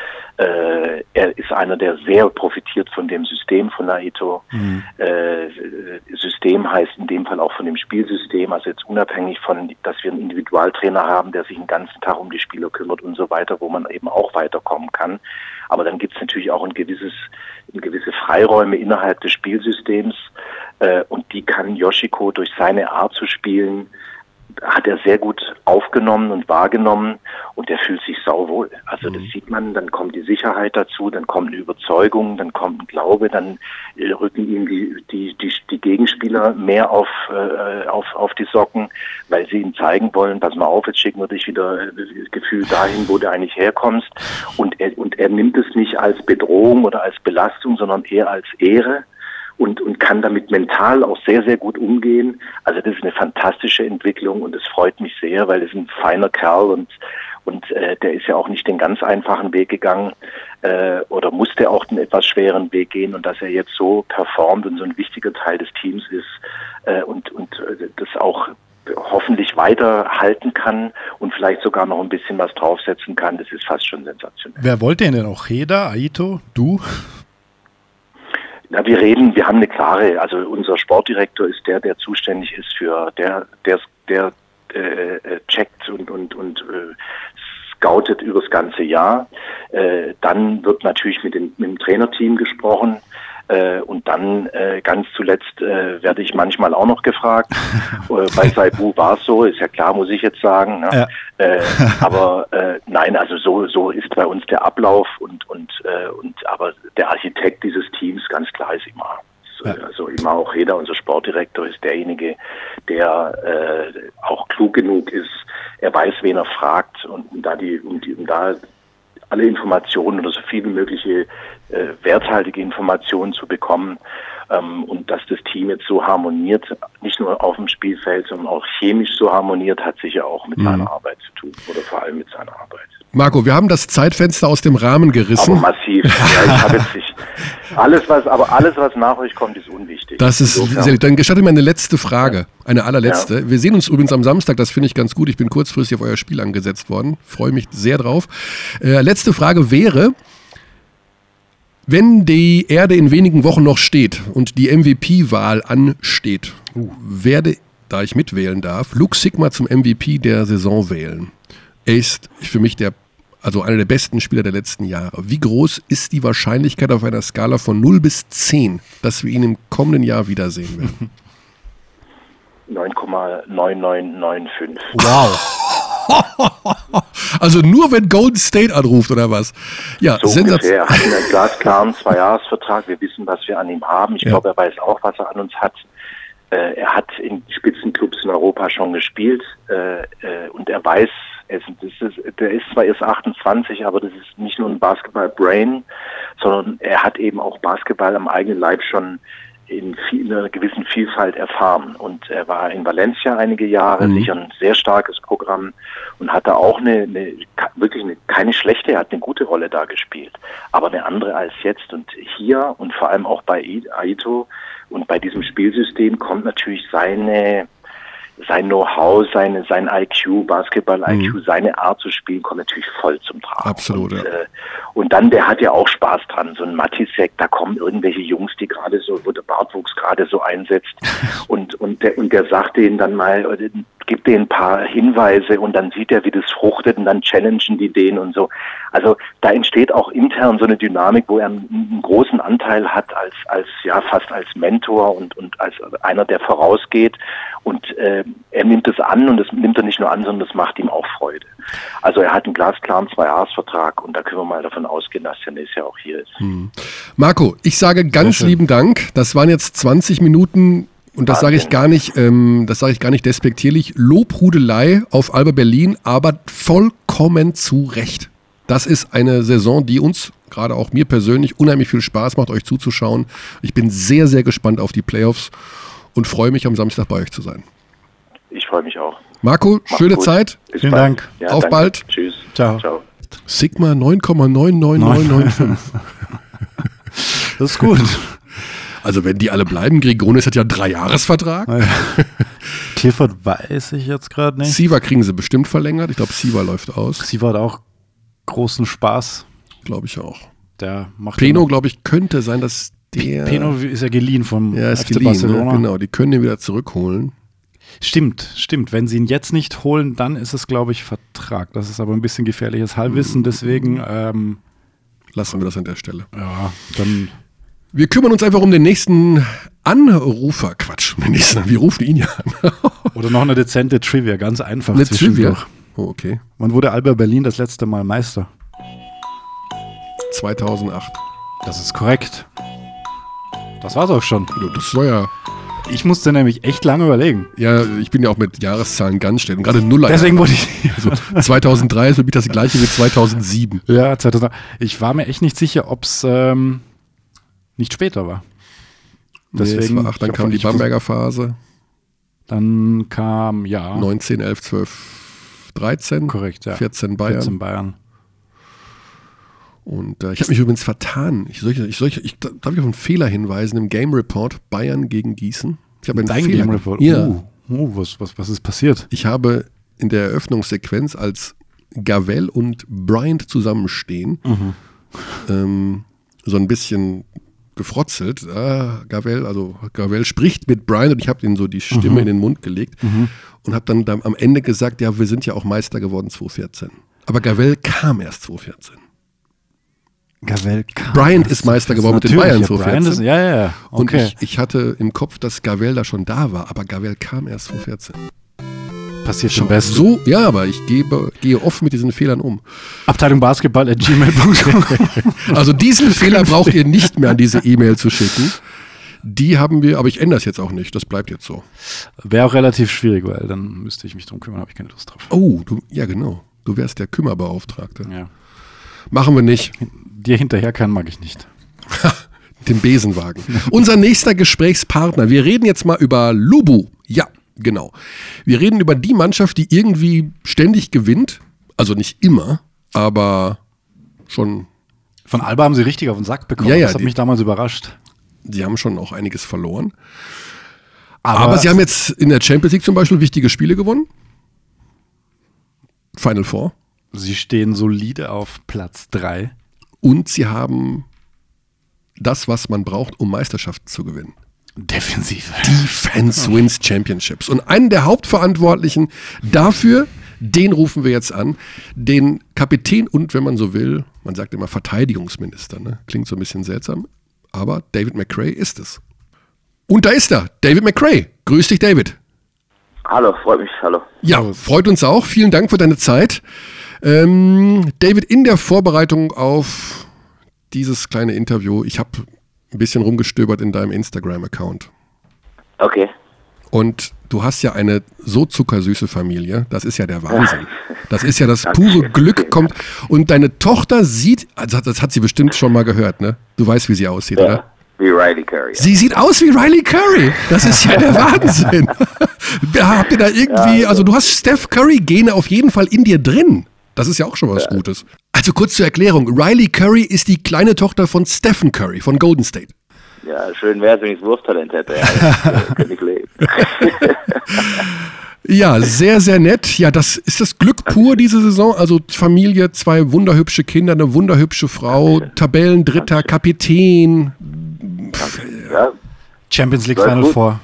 Äh, er ist einer, der sehr profitiert von dem System von Naito. Mhm. Äh, System heißt in dem Fall auch von dem Spielsystem, also jetzt unabhängig von, dass wir einen Individualtrainer haben, der sich den ganzen Tag um die Spieler kümmert und so weiter, wo man eben auch weiterkommen kann. Aber dann gibt es natürlich auch ein gewisses, ein gewisse Freiräume innerhalb des Spielsystems äh, und die kann Yoshiko durch seine Art zu spielen, hat er sehr gut aufgenommen und wahrgenommen und er fühlt sich sauwohl. Also das sieht man, dann kommt die Sicherheit dazu, dann kommt eine Überzeugung, dann kommt ein Glaube, dann äh, rücken ihm die, die, die, die Gegenspieler mehr auf, äh, auf, auf die Socken, weil sie ihm zeigen wollen, pass mal auf, jetzt schicken wir dich wieder äh, Gefühl dahin, wo du eigentlich herkommst. Und er, und er nimmt es nicht als Bedrohung oder als Belastung, sondern eher als Ehre. Und, und kann damit mental auch sehr, sehr gut umgehen. Also das ist eine fantastische Entwicklung und es freut mich sehr, weil er ist ein feiner Kerl und, und äh, der ist ja auch nicht den ganz einfachen Weg gegangen äh, oder musste auch den etwas schweren Weg gehen und dass er jetzt so performt und so ein wichtiger Teil des Teams ist äh, und, und äh, das auch hoffentlich weiterhalten kann und vielleicht sogar noch ein bisschen was draufsetzen kann, das ist fast schon sensationell. Wer wollte ihn denn auch? Heda, Aito, du? Na, wir reden, wir haben eine klare, also unser Sportdirektor ist der, der zuständig ist für, der, der, der äh, checkt und, und, und äh, scoutet übers ganze Jahr. Äh, dann wird natürlich mit, den, mit dem Trainerteam gesprochen. Äh, und dann äh, ganz zuletzt äh, werde ich manchmal auch noch gefragt. äh, bei Saibu war es so, ist ja klar, muss ich jetzt sagen. Ne? Ja. Äh, aber äh, nein, also so so ist bei uns der Ablauf und und äh, und aber der Architekt dieses Teams ganz klar ist Imar. Ja. Also Imar Ojeda, unser Sportdirektor, ist derjenige, der äh, auch klug genug ist. Er weiß, wen er fragt und da die um, die, um da alle Informationen oder so viele mögliche äh, werthaltige Informationen zu bekommen ähm, und dass das Team jetzt so harmoniert, nicht nur auf dem Spielfeld, sondern auch chemisch so harmoniert, hat sicher auch mit mhm. seiner Arbeit zu tun oder vor allem mit seiner Arbeit. Marco, wir haben das Zeitfenster aus dem Rahmen gerissen. Aber massiv. Ja, ich habe jetzt nicht alles, was, aber alles, was nach euch kommt, ist unwichtig. Das ist sehr lieb. Dann gestatte mir eine letzte Frage, eine allerletzte. Ja. Wir sehen uns übrigens am Samstag, das finde ich ganz gut. Ich bin kurzfristig auf euer Spiel angesetzt worden. Freue mich sehr drauf. Äh, letzte Frage wäre, Wenn die Erde in wenigen Wochen noch steht und die M V P-Wahl ansteht, uh. werde, da ich mitwählen darf, Luke Sigma zum M V P der Saison wählen. Er ist für mich der, also einer der besten Spieler der letzten Jahre. Wie groß ist die Wahrscheinlichkeit auf einer Skala von null bis zehn, dass wir ihn im kommenden Jahr wiedersehen werden? neun Komma neun neun neun fünf. Wow. Also nur wenn Golden State anruft oder was? Ja, so ungefähr. Er hat einen glasklaren Zweijahresvertrag. Wir wissen, was wir an ihm haben. Ich ja. glaube, er weiß auch, was er an uns hat. Äh, er hat in Spitzenclubs in Europa schon gespielt äh, äh, und er weiß, er ist, das ist, der ist zwar erst achtundzwanzig, aber das ist nicht nur ein Basketball-Brain, sondern er hat eben auch Basketball am eigenen Leib schon in, viel, in einer gewissen Vielfalt erfahren. Und er war in Valencia einige Jahre, mhm. sicher ein sehr starkes Programm und hat da auch eine, eine wirklich eine, keine schlechte, er hat eine gute Rolle da gespielt, aber eine andere als jetzt. Und hier und vor allem auch bei Aito und bei diesem Spielsystem kommt natürlich seine sein Know-how, seine, sein I Q, Basketball-I Q, mhm. seine Art zu spielen, kommt natürlich voll zum Tragen. Absolut, und, ja. äh, und dann, der hat ja auch Spaß dran, so ein Matisek, da kommen irgendwelche Jungs, die gerade so, wo der Bartwuchs gerade so einsetzt und, und, der, und der sagt denen dann mal, oder, gibt denen ein paar Hinweise und dann sieht er, wie das fruchtet und dann challengen die den und so. Also da entsteht auch intern so eine Dynamik, wo er einen, einen großen Anteil hat als, als ja fast als Mentor und, und als einer, der vorausgeht und äh, er nimmt es an und das nimmt er nicht nur an, sondern das macht ihm auch Freude. Also er hat einen glasklaren Zweijahresvertrag und da können wir mal davon ausgehen, dass er nächstes Jahr auch hier ist. Hm. Marco, ich sage ganz lieben Dank. Das waren jetzt zwanzig Minuten. Und das sage ich gar nicht, ähm, das sage ich gar nicht despektierlich, Lobhudelei auf Alba Berlin, aber vollkommen zu Recht. Das ist eine Saison, die uns, gerade auch mir persönlich, unheimlich viel Spaß macht, euch zuzuschauen. Ich bin sehr, sehr gespannt auf die Playoffs und freue mich, am Samstag bei euch zu sein. Ich freue mich auch. Marco, Macht's schöne gut. Zeit. Bis Vielen bald. Dank. Ja, auf danke. bald. Tschüss. Ciao. Ciao. Sigma neun Komma neun neun neun neun fünf. Das ist gut. Also wenn die alle bleiben, Grigonis hat ja einen Dreijahresvertrag. Ja. Clifford weiß ich jetzt gerade nicht. Siva kriegen sie bestimmt verlängert. Ich glaube, Siva läuft aus. Siva hat auch großen Spaß. Glaube ich auch. Der macht Peno, glaube ich, könnte sein, dass der... Peno ist ja geliehen vom ja, ist F C geliehen, Barcelona. Ne? Genau, die können ihn wieder zurückholen. Stimmt, stimmt. Wenn sie ihn jetzt nicht holen, dann ist es, glaube ich, Vertrag. Das ist aber ein bisschen gefährliches Halbwissen. Deswegen ähm, lassen wir das an der Stelle. Ja, dann... Wir kümmern uns einfach um den nächsten Anrufer. Quatsch, den nächsten, wir rufen ihn ja an. Oder noch eine dezente Trivia, ganz einfach. Eine Trivia? Oh, okay. Wann wurde Alba Berlin das letzte Mal Meister? zweitausendacht. Das ist korrekt. Das war's auch schon. Das war ja... Ich musste nämlich echt lange überlegen. Ja, ich bin ja auch mit Jahreszahlen ganz schnell. Und gerade Nuller. Deswegen wurde ich... Also zweitausenddrei ist für mich das gleiche wie zweitausendsieben. Ja, zweitausend. Ich war mir echt nicht sicher, ob es ähm, nicht später war. Deswegen, nee, war acht, dann kam die Bamberger Phase. Dann kam, ja. neunzehn, elf, zwölf, dreizehn. Korrekt, ja. vierzehn Bayern. vierzehn Bayern. Und äh, ich habe mich übrigens vertan. Ich, soll, ich, soll, ich darf ich auf einen Fehler hinweisen im Game Report Bayern gegen Gießen. Ich habe einen Dein Fehler. Game Report? Ja. Uh, uh, was, was, was ist passiert? Ich habe in der Eröffnungssequenz, als Gavel und Bryant zusammenstehen, mhm. ähm, so ein bisschen gefrotzelt. Ah, Gavel, also Gavel spricht mit Bryant und ich habe ihm so die Stimme mhm. in den Mund gelegt mhm. und habe dann, dann am Ende gesagt, ja, wir sind ja auch Meister geworden zweitausendvierzehn. Aber Gavel kam erst zweitausendvierzehn. Gavel kam Bryant ist Meister geworden mit den Bayern zweitausendvierzehn. Ja, ja, ja. Okay. Und ich, ich hatte im Kopf, dass Gavel da schon da war, aber Gavel kam erst zweitausendvierzehn. Passiert schon besten. So, ja, aber ich gebe, gehe offen mit diesen Fehlern um. Abteilung Basketball at gmail punkt com. Also diesen Fehler braucht ihr nicht mehr an diese E-Mail zu schicken. Die haben wir, aber ich ändere es jetzt auch nicht. Das bleibt jetzt so. Wäre auch relativ schwierig, weil dann müsste ich mich drum kümmern, habe ich keine Lust drauf. Oh, du, ja genau. Du wärst der Kümmerbeauftragte. Ja. Machen wir nicht. Dir hinterher kann, mag ich nicht. Den Besenwagen. Unser nächster Gesprächspartner. Wir reden jetzt mal über Lubu. Ja, genau. Wir reden über die Mannschaft, die irgendwie ständig gewinnt. Also nicht immer, aber schon. Von Alba haben sie richtig auf den Sack bekommen. Ja, ja, das hat die, mich damals überrascht. Sie haben schon auch einiges verloren. Aber, aber sie haben jetzt in der Champions League zum Beispiel wichtige Spiele gewonnen. Final Four. Sie stehen solide auf Platz drei. Und sie haben das, was man braucht, um Meisterschaften zu gewinnen. Defensive. Defense wins Championships. Und einen der Hauptverantwortlichen dafür, den rufen wir jetzt an, den Kapitän und, wenn man so will, man sagt immer Verteidigungsminister, ne? Klingt so ein bisschen seltsam, aber David McRae ist es. Und da ist er, David McRae. Grüß dich, David. Hallo, freut mich, hallo. Ja, freut uns auch. Vielen Dank für deine Zeit. Ähm, David, in der Vorbereitung auf dieses kleine Interview, ich habe ein bisschen rumgestöbert in deinem Instagram-Account. Okay. Und du hast ja eine so zuckersüße Familie, das ist ja der Wahnsinn. Das ist ja das pure Glück kommt. Und deine Tochter sieht, also das hat sie bestimmt schon mal gehört, ne? Du weißt, wie sie aussieht, ja, oder? Wie Riley Curry. Sie sieht aus wie Riley Curry. Das ist ja der Wahnsinn. Habt ihr da irgendwie, also du hast Steph Curry-Gene auf jeden Fall in dir drin. Das ist ja auch schon was ja. Gutes. Also kurz zur Erklärung. Riley Curry ist die kleine Tochter von Stephen Curry von Golden State. Ja, schön wäre es, wenn ich das Wurftalent hätte. Ja, das könnte ich leben. Ja, sehr, sehr nett. Ja, das ist das Glück pur diese Saison. Also Familie, zwei wunderhübsche Kinder, eine wunderhübsche Frau, Tabellendritter, Kapitän. Ja. Champions League Final Four.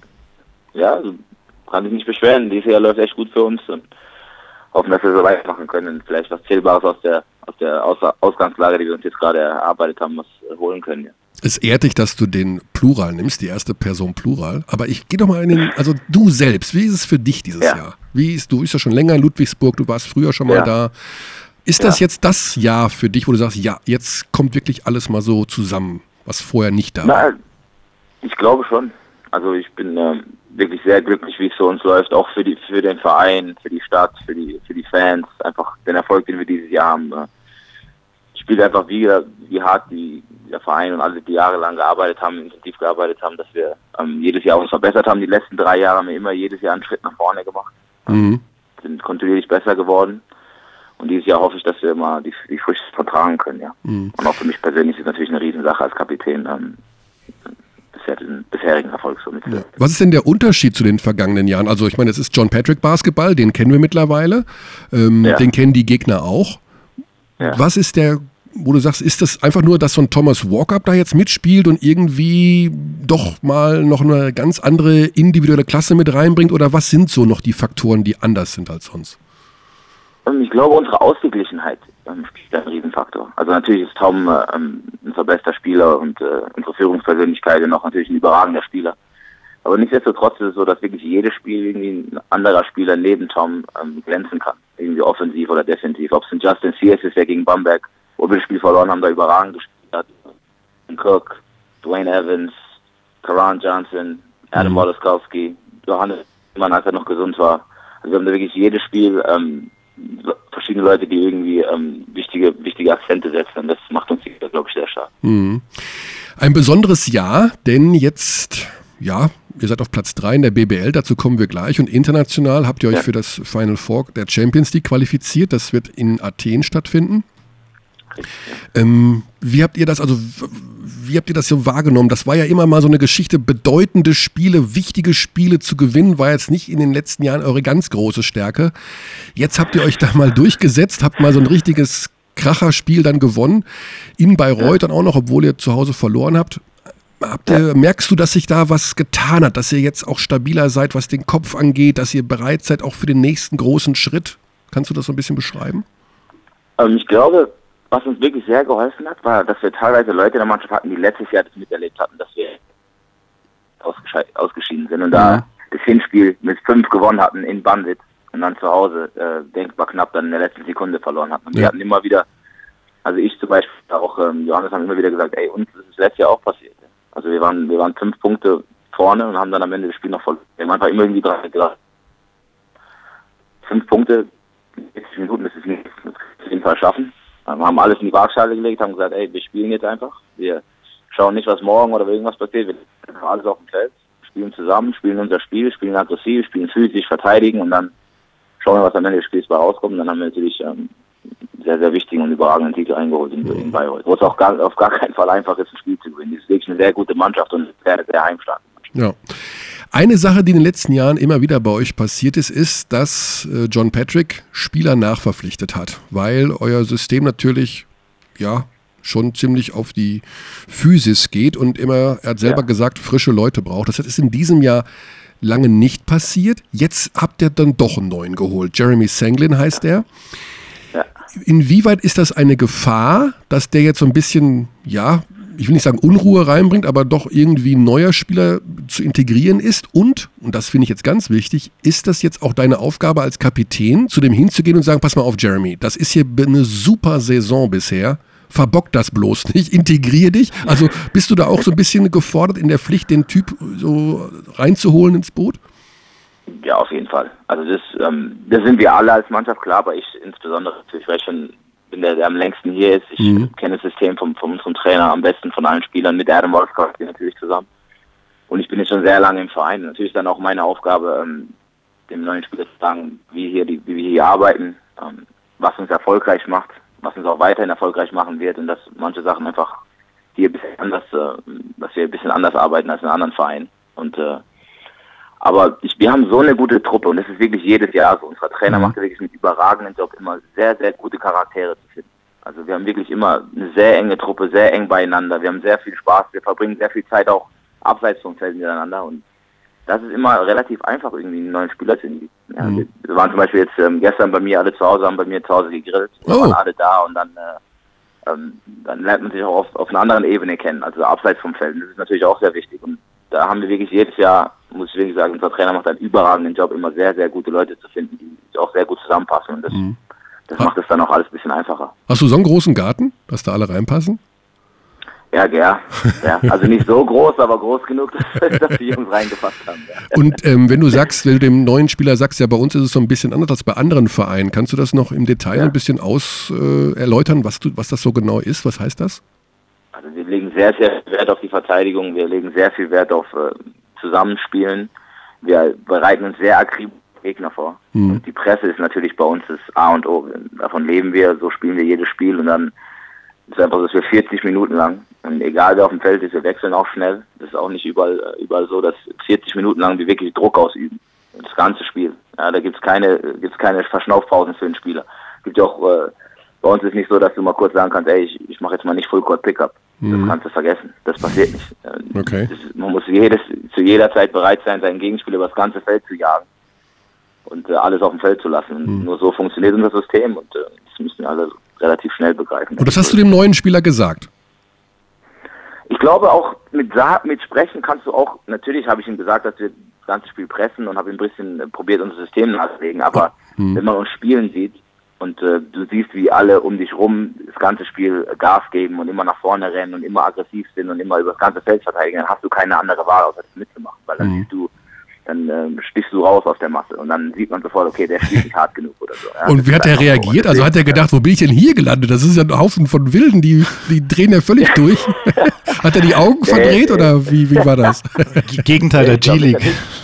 Ja, also kann ich nicht beschweren. Dieses Jahr läuft echt gut für uns und hoffen, dass wir so weitermachen können und vielleicht was Zählbares aus der, aus der aus- Ausgangslage, die wir uns jetzt gerade erarbeitet haben, was holen können. Ja. Es ehrt dich, dass du den Plural nimmst, die erste Person Plural. Aber ich gehe doch mal in den, also du selbst, wie ist es für dich dieses ja. Jahr? Wie ist, du bist ja schon länger in Ludwigsburg, du warst früher schon mal ja. da. Ist das ja. jetzt das Jahr für dich, wo du sagst, ja, jetzt kommt wirklich alles mal so zusammen, was vorher nicht da war? Na, ich glaube schon. Also ich bin ähm, wirklich sehr glücklich, wie es für uns läuft, auch für die für den Verein, für die Stadt, für die für die Fans, einfach den Erfolg, den wir dieses Jahr haben. Äh, spielt einfach wie, wie hart die, der Verein und alle, die jahrelang gearbeitet haben, intensiv gearbeitet haben, dass wir ähm, jedes Jahr uns verbessert haben. Die letzten drei Jahre haben wir immer jedes Jahr einen Schritt nach vorne gemacht, Mhm. sind kontinuierlich besser geworden. Und dieses Jahr hoffe ich, dass wir mal die, die Früchte vertragen können, ja. Mhm. Und auch für mich persönlich ist es natürlich eine Riesensache als Kapitän, ähm, bisher den bisherigen Erfolg so mitzunehmen. Ja. Was ist denn der Unterschied zu den vergangenen Jahren? Also ich meine, es ist John Patrick Basketball, den kennen wir mittlerweile, ähm, Ja. den kennen die Gegner auch. Ja. Was ist der, wo du sagst, ist das einfach nur, dass so ein Thomas Walkup da jetzt mitspielt und irgendwie doch mal noch eine ganz andere individuelle Klasse mit reinbringt? Oder was sind so noch die Faktoren, die anders sind als sonst? Und ich glaube, unsere Ausgeglichenheit ähm, spielt einen Riesenfaktor. Also natürlich ist Tom äh, ähm, unser bester Spieler und äh, unsere Führungspersönlichkeit noch natürlich ein überragender Spieler. Aber nichtsdestotrotz ist es so, dass wirklich jedes Spiel irgendwie ein anderer Spieler neben Tom ähm, glänzen kann. Irgendwie offensiv oder defensiv. Ob es ein Justin Sears ist, der gegen Bamberg, wo wir das Spiel verloren haben, da überragend gespielt hat. Cook, Dwayne Evans, Karan Johnson, Adam Mhm. Woloskowski, Johannes Mann, als er noch gesund war. Also wir haben da wirklich jedes Spiel ähm, verschiedene Leute, die irgendwie ähm, wichtige, wichtige Akzente setzen. Und das macht uns, glaube ich, sehr stark. Mhm. Ein besonderes Jahr, denn jetzt, ja, ihr seid auf Platz drei in der B B L, dazu kommen wir gleich. Und international habt ihr euch Ja. für das Final Four der Champions League qualifiziert. Das wird in Athen stattfinden. Ähm, wie habt ihr das, also w- wie habt ihr das so wahrgenommen? Das war ja immer mal so eine Geschichte, bedeutende Spiele, wichtige Spiele zu gewinnen, war jetzt nicht in den letzten Jahren eure ganz große Stärke. Jetzt habt ihr euch da mal durchgesetzt, habt mal so ein richtiges Kracherspiel dann gewonnen, in Bayreuth dann auch noch, obwohl ihr zu Hause verloren habt. Habt ihr, merkst du, dass sich da was getan hat, dass ihr jetzt auch stabiler seid, was den Kopf angeht, dass ihr bereit seid auch für den nächsten großen Schritt? Kannst du das so ein bisschen beschreiben? Ähm, ich glaube, was uns wirklich sehr geholfen hat, war, dass wir teilweise Leute in der Mannschaft hatten, die letztes Jahr das miterlebt hatten, dass wir ausgesche- ausgeschieden sind und da das Hinspiel mit fünf gewonnen hatten in Bandit und dann zu Hause äh, denkbar knapp dann in der letzten Sekunde verloren hatten. Und wir Ja. hatten immer wieder, also ich zum Beispiel, auch ähm, Johannes haben immer wieder gesagt, ey, uns ist das letztes Jahr auch passiert. Also wir waren, wir waren fünf Punkte vorne und haben dann am Ende das Spiel noch verloren. Wir haben einfach immer irgendwie drei gedacht. Fünf Punkte, sechzig Minuten, das ist nicht, das können wir auf jeden Fall schaffen. Wir haben alles in die Waagschale gelegt, haben gesagt, ey, wir spielen jetzt einfach. Wir schauen nicht, was morgen oder irgendwas passiert. Wir haben alles auf dem Feld, spielen zusammen, spielen unser Spiel, spielen aggressiv, spielen physisch, verteidigen und dann schauen wir, was am Ende des Spiels bei rauskommt. Und dann haben wir natürlich ähm, sehr, sehr wichtigen und überragenden Titel eingeholt in, in Bayreuth. Wo es auch gar, auf gar keinen Fall einfach ist, ein Spiel zu gewinnen. Das ist wirklich eine sehr gute Mannschaft und sehr, sehr heimstarke Mannschaft. Ja. Eine Sache, die in den letzten Jahren immer wieder bei euch passiert ist, ist, dass äh, John Patrick Spieler nachverpflichtet hat, weil euer System natürlich, ja, schon ziemlich auf die Physis geht und immer, er hat selber ja. gesagt, frische Leute braucht. Das ist in diesem Jahr lange nicht passiert. Jetzt habt ihr dann doch einen neuen geholt. Jeremy Senglin heißt der. Ja. Inwieweit ist das eine Gefahr, dass der jetzt so ein bisschen, ja, ich will nicht sagen Unruhe reinbringt, aber doch irgendwie ein neuer Spieler zu integrieren ist? Und, und das finde ich jetzt ganz wichtig, ist das jetzt auch deine Aufgabe als Kapitän, zu dem hinzugehen und sagen, pass mal auf, Jeremy, das ist hier eine super Saison bisher, verbock das bloß nicht, integrier dich. Also bist du da auch so ein bisschen gefordert, in der Pflicht, den Typ so reinzuholen ins Boot? Ja, auf jeden Fall. Also das, ähm, das sind wir alle als Mannschaft, klar, aber ich insbesondere, ich weiß schon, bin der, der am längsten hier ist. Ich mhm. kenne das System vom, von unserem Trainer am besten, von allen Spielern, mit Adam Wolfsgott natürlich zusammen. Und ich bin jetzt schon sehr lange im Verein. Natürlich ist dann auch meine Aufgabe, ähm, dem neuen Spieler zu sagen, wie, hier die, wie wir hier arbeiten, ähm, was uns erfolgreich macht, was uns auch weiterhin erfolgreich machen wird und dass manche Sachen einfach hier ein bisschen anders, äh, dass wir ein bisschen anders arbeiten als in anderen Vereinen. Und äh, aber ich, wir haben so eine gute Truppe und das ist wirklich jedes Jahr so. Unser Trainer mhm. macht wirklich einen überragenden Job, immer sehr, sehr gute Charaktere zu finden. Also wir haben wirklich immer eine sehr enge Truppe, sehr eng beieinander. Wir haben sehr viel Spaß, wir verbringen sehr viel Zeit auch abseits vom Feld miteinander und das ist immer relativ einfach, irgendwie einen neuen Spieler zu finden. Ja, mhm. Wir waren zum Beispiel jetzt ähm, gestern bei mir alle zu Hause, haben bei mir zu Hause gegrillt, wir oh. waren alle da und dann, äh, ähm, dann lernt man sich auch auf, auf einer anderen Ebene kennen, also abseits vom Feld. Das ist natürlich auch sehr wichtig und da haben wir wirklich jedes Jahr, muss ich wirklich sagen, unser Trainer macht einen überragenden Job, immer sehr, sehr gute Leute zu finden, die auch sehr gut zusammenpassen. Und das, mhm. das macht es dann auch alles ein bisschen einfacher. Hast du so einen großen Garten, dass da alle reinpassen? Ja, ja. ja. Also nicht so groß, aber groß genug, dass die Jungs reingepasst haben. Ja. Und ähm, wenn du sagst, wenn du dem neuen Spieler sagst, ja, bei uns ist es so ein bisschen anders als bei anderen Vereinen, kannst du das noch im Detail ja. ein bisschen aus äh, erläutern, was, du, was das so genau ist? Was heißt das? Also wir legen sehr, sehr viel Wert auf die Verteidigung, wir legen sehr viel Wert auf äh, Zusammenspielen. Wir bereiten uns sehr akribisch Gegner vor. Mhm. Und die Presse ist natürlich bei uns das A und O. Davon leben wir, so spielen wir jedes Spiel und dann ist es einfach, dass wir vierzig Minuten lang, und egal wer auf dem Feld ist, wir wechseln auch schnell. Das ist auch nicht überall, überall so, dass vierzig Minuten lang wir wirklich Druck ausüben. Das ganze Spiel. Ja, da gibt es keine, gibt's keine Verschnaufpausen für den Spieler. Gibt ja auch, äh, bei uns ist nicht so, dass du mal kurz sagen kannst, ey, ich, ich mache jetzt mal nicht Full-Court Pickup. Das kannst du vergessen. Das passiert nicht. Okay. Das, man muss jedes, zu jeder Zeit bereit sein, seinen Gegenspieler über das ganze Feld zu jagen und äh, alles auf dem Feld zu lassen. Und mhm. nur so funktioniert unser System und äh, das müssen wir alle relativ schnell begreifen. Und das hast du dem neuen Spieler gesagt? Ich glaube auch, mit, Sa- mit Sprechen kannst du auch, natürlich habe ich ihm gesagt, dass wir das ganze Spiel pressen und habe ein bisschen äh, probiert, unser System nachzulegen, aber mhm. wenn man uns spielen sieht, und äh, du siehst, wie alle um dich rum das ganze Spiel äh, Gas geben und immer nach vorne rennen und immer aggressiv sind und immer über das ganze Feld verteidigen, dann hast du keine andere Wahl, außer das mitzumachen. Weil dann mhm. siehst du, dann äh, stichst du raus aus der Masse und dann sieht man sofort, okay, der spielt nicht hart genug oder so. Ja, und wie hat er reagiert? So. Also hat er gedacht, wo bin ich denn hier gelandet? Das ist ja ein Haufen von Wilden, die, die drehen ja völlig durch. Hat er die Augen verdreht oder wie, wie war das? Gegenteil der G-League.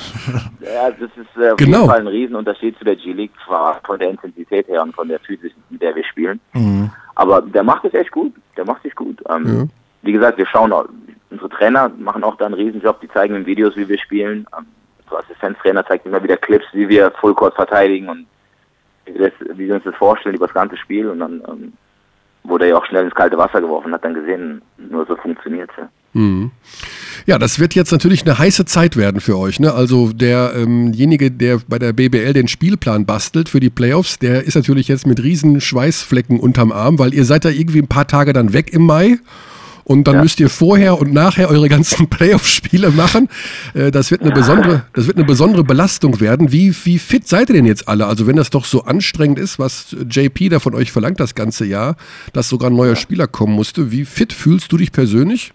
Ja, das ist äh, auf genau. jeden Fall ein Riesenunterschied zu der G-League, von der Intensität her und von der Physis, mit der wir spielen. Mhm. Aber der macht es echt gut. Der macht sich gut. Ähm, ja. Wie gesagt, wir schauen auch, unsere Trainer machen auch da einen Riesenjob, die zeigen in Videos, wie wir spielen. Ähm, unser Assistenztrainer zeigt immer wieder Clips, wie wir Fullcourt verteidigen und wie wir, das, wie wir uns das vorstellen über das ganze Spiel. Und dann ähm, wurde er ja auch schnell ins kalte Wasser geworfen, hat dann gesehen, nur so funktioniert es. Ja. Mhm. Ja, das wird jetzt natürlich eine heiße Zeit werden für euch. Ne? Also derjenige, ähm der bei der B B L den Spielplan bastelt für die Playoffs, der ist natürlich jetzt mit riesen Schweißflecken unterm Arm, weil ihr seid da irgendwie ein paar Tage dann weg im Mai und dann ja. müsst ihr vorher und nachher eure ganzen Playoff-Spiele machen. Äh, das wird eine ja. besondere, das wird eine besondere Belastung werden. Wie, wie fit seid ihr denn jetzt alle? Also wenn das doch so anstrengend ist, was J P da von euch verlangt das ganze Jahr, dass sogar ein neuer ja. Spieler kommen musste, wie fit fühlst du dich persönlich?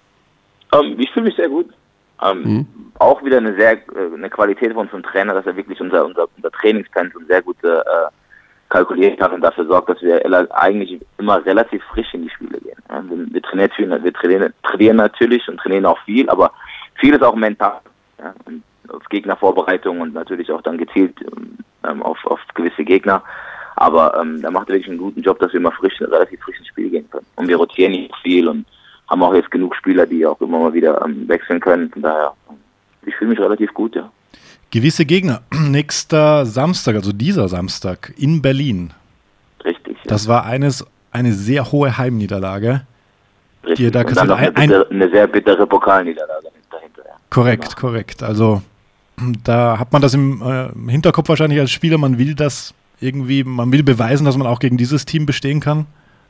Um, ich fühle mich sehr gut. Um, mhm. Auch wieder eine sehr äh, eine Qualität von unserem Trainer, dass er wirklich unser unser, unser Trainingspensum sehr gut äh, kalkuliert hat und dafür sorgt, dass wir eigentlich immer relativ frisch in die Spiele gehen. Ja, wir, wir, trainieren, wir trainieren, trainieren natürlich und trainieren auch viel, aber viel ist auch mental. Ja, und auf Gegnervorbereitung und natürlich auch dann gezielt ähm, auf, auf gewisse Gegner. Aber ähm, da macht er wirklich einen guten Job, dass wir immer frisch, relativ frisch ins Spiel gehen können. Und wir rotieren nicht viel und haben auch jetzt genug Spieler, die auch immer mal wieder ähm, wechseln können. Von daher, ich fühle mich relativ gut, ja. Gewisse Gegner. Nächster Samstag, also dieser Samstag in Berlin. Richtig, ja. Das war eines, eine sehr hohe Heimniederlage. Die ihr da und dann noch eine, ein, bittere, eine sehr bittere Pokalniederlage dahinter. Ja. Korrekt, Genau. korrekt. Also da hat man das im äh, Hinterkopf wahrscheinlich als Spieler, man will das irgendwie, man will beweisen, dass man auch gegen dieses Team bestehen kann.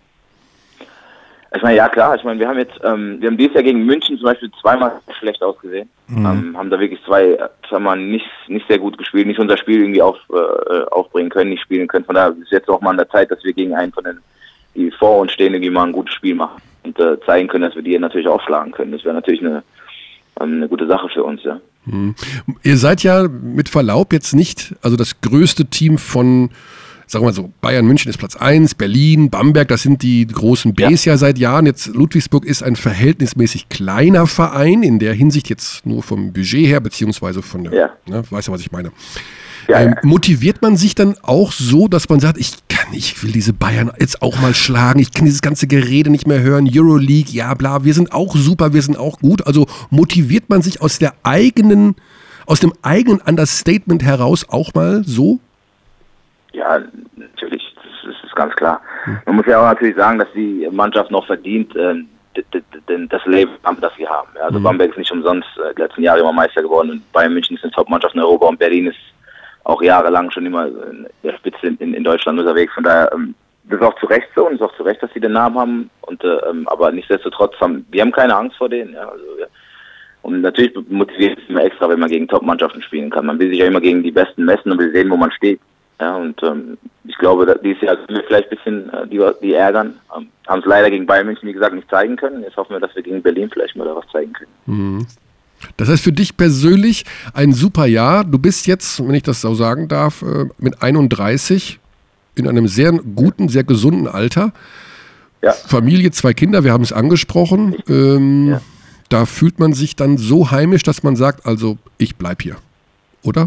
Ich meine, ja klar, ich meine, wir haben jetzt, ähm, wir haben dieses Jahr gegen München zum Beispiel zweimal schlecht ausgesehen, mhm. ähm, haben da wirklich zwei, zweimal nicht, nicht sehr gut gespielt, nicht unser Spiel irgendwie auf, äh, aufbringen können, nicht spielen können. Von daher ist jetzt auch mal an der Zeit, dass wir gegen einen von den, die vor uns stehen, irgendwie mal ein gutes Spiel machen und äh, zeigen können, dass wir die natürlich auch schlagen können. Das wäre natürlich eine, eine gute Sache für uns, ja. Mhm. Ihr seid ja mit Verlaub jetzt nicht, also das größte Team von, sagen wir mal so, Bayern München ist Platz eins, Berlin, Bamberg, das sind die großen Bs ja. ja seit Jahren. Jetzt Ludwigsburg ist ein verhältnismäßig kleiner Verein, in der Hinsicht jetzt nur vom Budget her, beziehungsweise von der, ja. ne, weißt du, was ich meine. Ja, ähm, ja. Motiviert man sich dann auch so, dass man sagt, ich kann, ich will diese Bayern jetzt auch mal schlagen, ich kann dieses ganze Gerede nicht mehr hören, Euroleague, ja bla, wir sind auch super, wir sind auch gut. Also motiviert man sich aus der eigenen, aus dem eigenen Understatement heraus auch mal so? Ja, natürlich, das ist, das ist ganz klar. Man muss ja auch natürlich sagen, dass die Mannschaft noch verdient, äh, d- d- d- das Leben, das sie haben. Ja, also mhm. Bamberg ist nicht umsonst äh, die letzten Jahre immer Meister geworden und Bayern München ist eine Top-Mannschaft in Europa und Berlin ist auch jahrelang schon immer in der Spitze in, in Deutschland unterwegs. Von daher, ähm, das ist auch zu Recht so und es ist auch zu Recht, dass sie den Namen haben. Und äh, aber nichtsdestotrotz haben wir haben keine Angst vor denen. Ja, also, ja. Und natürlich motiviert es immer extra, wenn man gegen Top-Mannschaften spielen kann. Man will sich ja immer gegen die Besten messen und will sehen, wo man steht. Ja, und ähm, ich glaube, dass dieses Jahr können wir vielleicht ein bisschen äh, die, die ärgern. Ähm, haben es leider gegen Bayern München, wie gesagt, nicht zeigen können. Jetzt hoffen wir, dass wir gegen Berlin vielleicht mal da was zeigen können. Mhm. Das heißt für dich persönlich ein super Jahr. Du bist jetzt, wenn ich das so sagen darf, mit einunddreißig in einem sehr guten, sehr gesunden Alter. Ja. Familie, zwei Kinder, wir haben es angesprochen. Ähm, ja. Da fühlt man sich dann so heimisch, dass man sagt, also ich bleib hier, oder?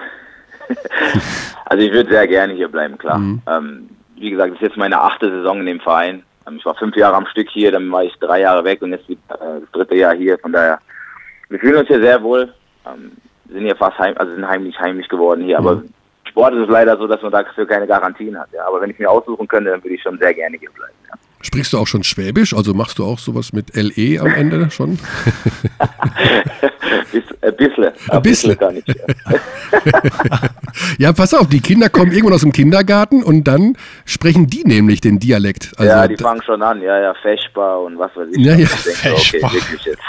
Also ich würde sehr gerne hier bleiben, klar. Mhm. Ähm, wie gesagt, das ist jetzt meine achte Saison in dem Verein. Ähm, ich war fünf Jahre am Stück hier, dann war ich drei Jahre weg und jetzt äh, das dritte Jahr hier. Von daher, wir fühlen uns hier sehr wohl. Ähm, sind hier fast heim, also sind heimlich heimisch geworden hier. Mhm. Aber Sport ist es leider so, dass man dafür keine Garantien hat. Ja. Aber wenn ich mir aussuchen könnte, dann würde ich schon sehr gerne hier bleiben. Ja. Sprichst du auch schon Schwäbisch? Also machst du auch sowas mit L E am Ende schon? Ein bisschen. Ein bisschen. Kann ich, ja. Ja, pass auf, die Kinder kommen irgendwann aus dem Kindergarten und dann sprechen die nämlich den Dialekt. Also ja, die fangen schon an. Ja, ja, Feschbar und was weiß ich. Ja, ja, Feschbar. Okay,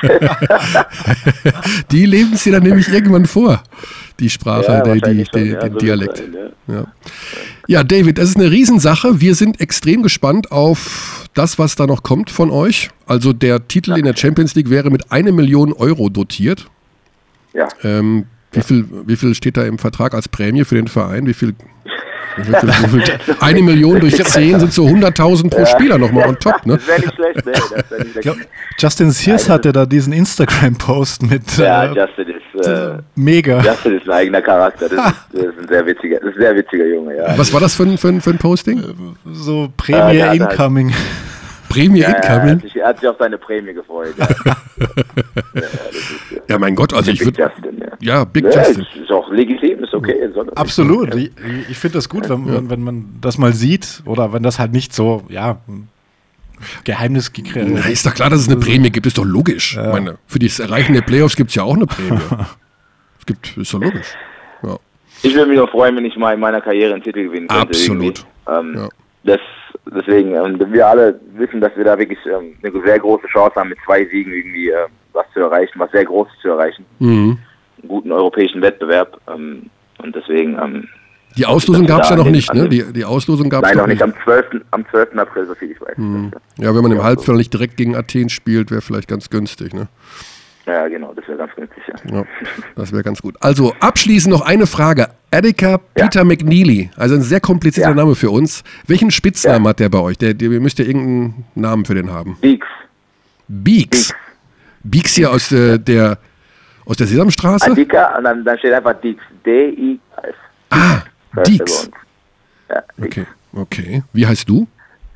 wirklich jetzt. Die leben es dir dann nämlich irgendwann vor, die Sprache, ja, die, die, schon, die, ja, den so Dialekt. Sein, ja. Ja. Ja, David, das ist eine Riesensache. Wir sind extrem gespannt auf das, was da noch kommt von euch. Also der Titel ja. in der Champions League wäre mit einer Million Euro dotiert. Ja. Ähm, wie viel, wie viel steht da im Vertrag als Prämie für den Verein? Wie viel? Wie viel, wie viel, eine Million durch zehn sind so hunderttausend pro ja. Spieler nochmal on top, ne? Das wäre nicht schlecht, ne? Das wär nicht schlecht. Glaub, Justin Sears hatte da diesen Instagram-Post mit. Ja, äh, Justin ist äh, mega. Justin ist ein eigener Charakter. Das ist, das ist ein sehr witziger, das ist ein sehr witziger Junge, ja. Was war das für ein, für ein, für ein Posting? So Prämie ja, Incoming. Halt, Prämie ja, Incoming? Ja, er, hat sich, er hat sich auf seine Prämie gefreut. Ja, ja, das ist, ja mein Gott, also ich Big würde. Justin, ja. Ja, Big ja, Justin. Ist auch legitim, ist okay. Absolut. Ich, ich finde das gut, wenn, wenn, wenn man das mal sieht oder wenn das halt nicht so, ja, Geheimnis gekriegt. Na, ist doch klar, dass es eine Prämie gibt, ist doch logisch. Ja. Ich meine, für das Erreichen der Playoffs gibt es ja auch eine Prämie. Es gibt, ist doch logisch. Ja. Ich würde mich auch freuen, wenn ich mal in meiner Karriere einen Titel gewinnen könnte. Absolut. Ähm, ja. das, deswegen, und wir alle wissen, dass wir da wirklich ähm, eine sehr große Chance haben, mit zwei Siegen irgendwie äh, was zu erreichen, was sehr Großes zu erreichen. Mhm. Einen guten europäischen Wettbewerb. Ähm, und deswegen. Ähm, die Auslosung gab es ja noch nicht, ne? Die, die Auslosung gab es Nein, noch nicht. Am zwölften Am zwölften April, soviel ich weiß. Mhm. Ja, wenn man im Halbfinale nicht direkt gegen Athen spielt, wäre vielleicht ganz günstig, ne? Ja, genau, das wäre ganz günstig, ja. Ja, das wäre ganz gut. Also abschließend noch eine Frage. Attica Peter ja. McNeely, also ein sehr komplizierter ja. Name für uns. Welchen Spitznamen ja. hat der bei euch? Der, der, ihr müsst ja irgendeinen Namen für den haben. Beeks. Beeks? Beeks hier aus der, der, aus der Sesamstraße? Attica, und dann, dann steht einfach Deeks. D I S. Ah, Deeks. Ja, okay, okay. Wie heißt du?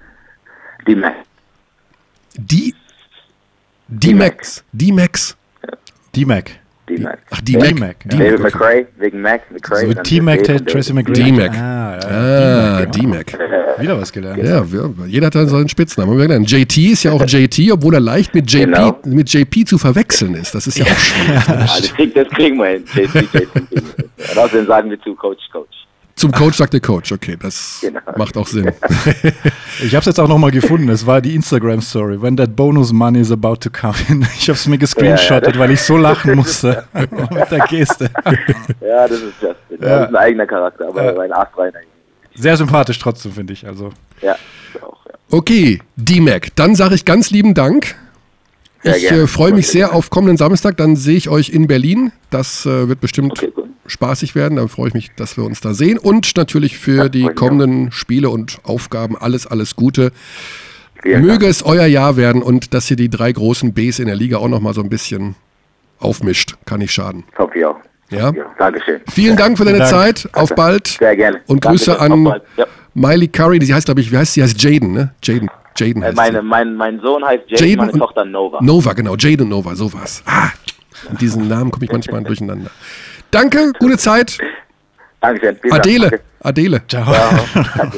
D-Max. Die? D-Max. D-Max. D-Mac. D-Mac. Ach, D-Mac. D-Mac, ja. David okay. McRae, wegen Mac, McRae. So wie T-Mac, Tracy McGrady. D-Mac. Ah, ja. Ah, D-Mac. Wieder was gelernt. Ja, wir, jeder hat dann seinen Spitznamen. Haben wir gelernt. J T ist ja auch J T, obwohl er leicht mit J P, Genau. mit J P zu verwechseln ist. Das ist ja auch schwierig. Ah, das, krieg, das kriegen wir hin. J T, J T. Und außerdem sagen wir zu Coach, Coach. Zum Coach sagt der Coach. Okay, das Genau. macht auch Sinn. Ich habe es jetzt auch nochmal gefunden. Es war die Instagram-Story. When that bonus money is about to come in. Ich habe es mir gescreenshottet, Ja, ja, weil ich so lachen musste mit der Geste. Ja, das ist Justin. Ja. Das ist ein eigener Charakter, aber Ja. ein astreiner. Sehr sympathisch trotzdem, finde ich. Also Ja, auch, ja. Okay, D-Mac. Dann sage ich ganz lieben Dank. Sehr Ich gerne. äh, freue mich sehr auf kommenden Samstag. Dann sehe ich euch in Berlin. Das äh, wird bestimmt Okay, gut. spaßig werden. Dann freue ich mich, dass wir uns da sehen. Und natürlich für Ja, die freut mich kommenden Spiele und Aufgaben alles, alles Gute. Vielen Möge Dank. es euer Jahr werden und dass ihr die drei großen Bs in der Liga auch noch mal so ein bisschen aufmischt. Kann nicht schaden. Hoffe ich auch. Ja? Ja, Dankeschön. Vielen Dank für deine Dank. Zeit. Auf bald. Sehr gerne. Und Danke, Grüße auf an bald. Ja. Miley Curry. Die heißt, glaube ich, wie heißt sie? Heißt Jaden, ne? Jaden. Jaden Äh, heißt meine, sie. mein, mein Sohn heißt Jaden, Jaden meine und- Tochter Nova. Nova, genau. Jaden Nova, sowas. Ah, mit diesen Namen komme ich manchmal durcheinander. Danke, gute Zeit. Dankeschön. Vielen Dank. Adele. Danke. Adele. ciao. Ja.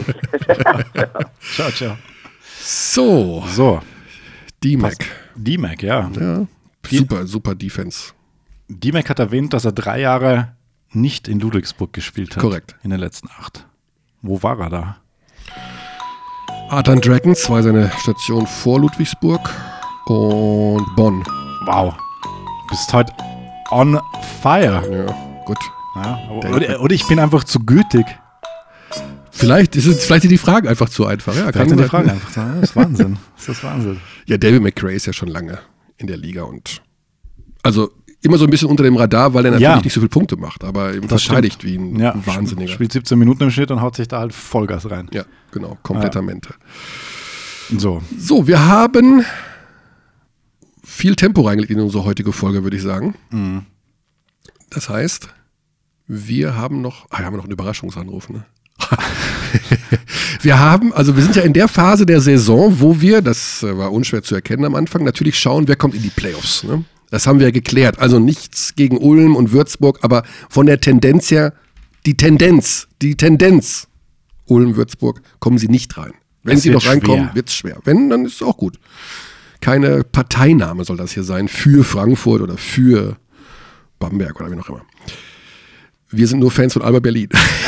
Ciao, ciao. So, So, D-Mac. D-Mac, ja. Ja, super, super Defense. D-Mac hat erwähnt, dass er drei Jahre nicht in Ludwigsburg gespielt hat. Korrekt. In den letzten acht. Wo war er da? Artan Dragons war seine Station vor Ludwigsburg und Bonn. Wow. Du bist heute on fire. Ja, gut. Ja, oder, oder ich bin einfach zu gütig. Vielleicht ist es vielleicht sind die Fragen einfach zu einfach. Ja, Vielleicht sind die sein. Fragen einfach so. Das ist Wahnsinn. Das ist Wahnsinn. Ja, David McRae ist ja schon lange in der Liga und also immer so ein bisschen unter dem Radar, weil er natürlich Ja. nicht so viele Punkte macht, aber eben Das verteidigt stimmt. wie ein Ja, Wahnsinniger. Spielt siebzehn Minuten im Schnitt und haut sich da halt Vollgas rein. Ja, genau, komplettamente. So. So, wir haben viel Tempo reingelegt in unsere heutige Folge, würde ich sagen. Mhm. Das heißt, wir haben noch, ah, wir haben noch einen Überraschungsanruf, ne? Wir haben, also wir sind ja in der Phase der Saison, wo wir, das äh, war unschwer zu erkennen am Anfang, natürlich schauen, wer kommt in die Playoffs. Ne? Das haben wir ja geklärt. Also nichts gegen Ulm und Würzburg, aber von der Tendenz her, die Tendenz, die Tendenz, Ulm, Würzburg, kommen sie nicht rein. Wenn Es sie wird noch reinkommen, schwer. wird es schwer. Wenn, dann ist es auch gut. Keine Parteinahme soll das hier sein für Frankfurt oder für Bamberg oder wie noch immer. Wir sind nur Fans von Alba Berlin.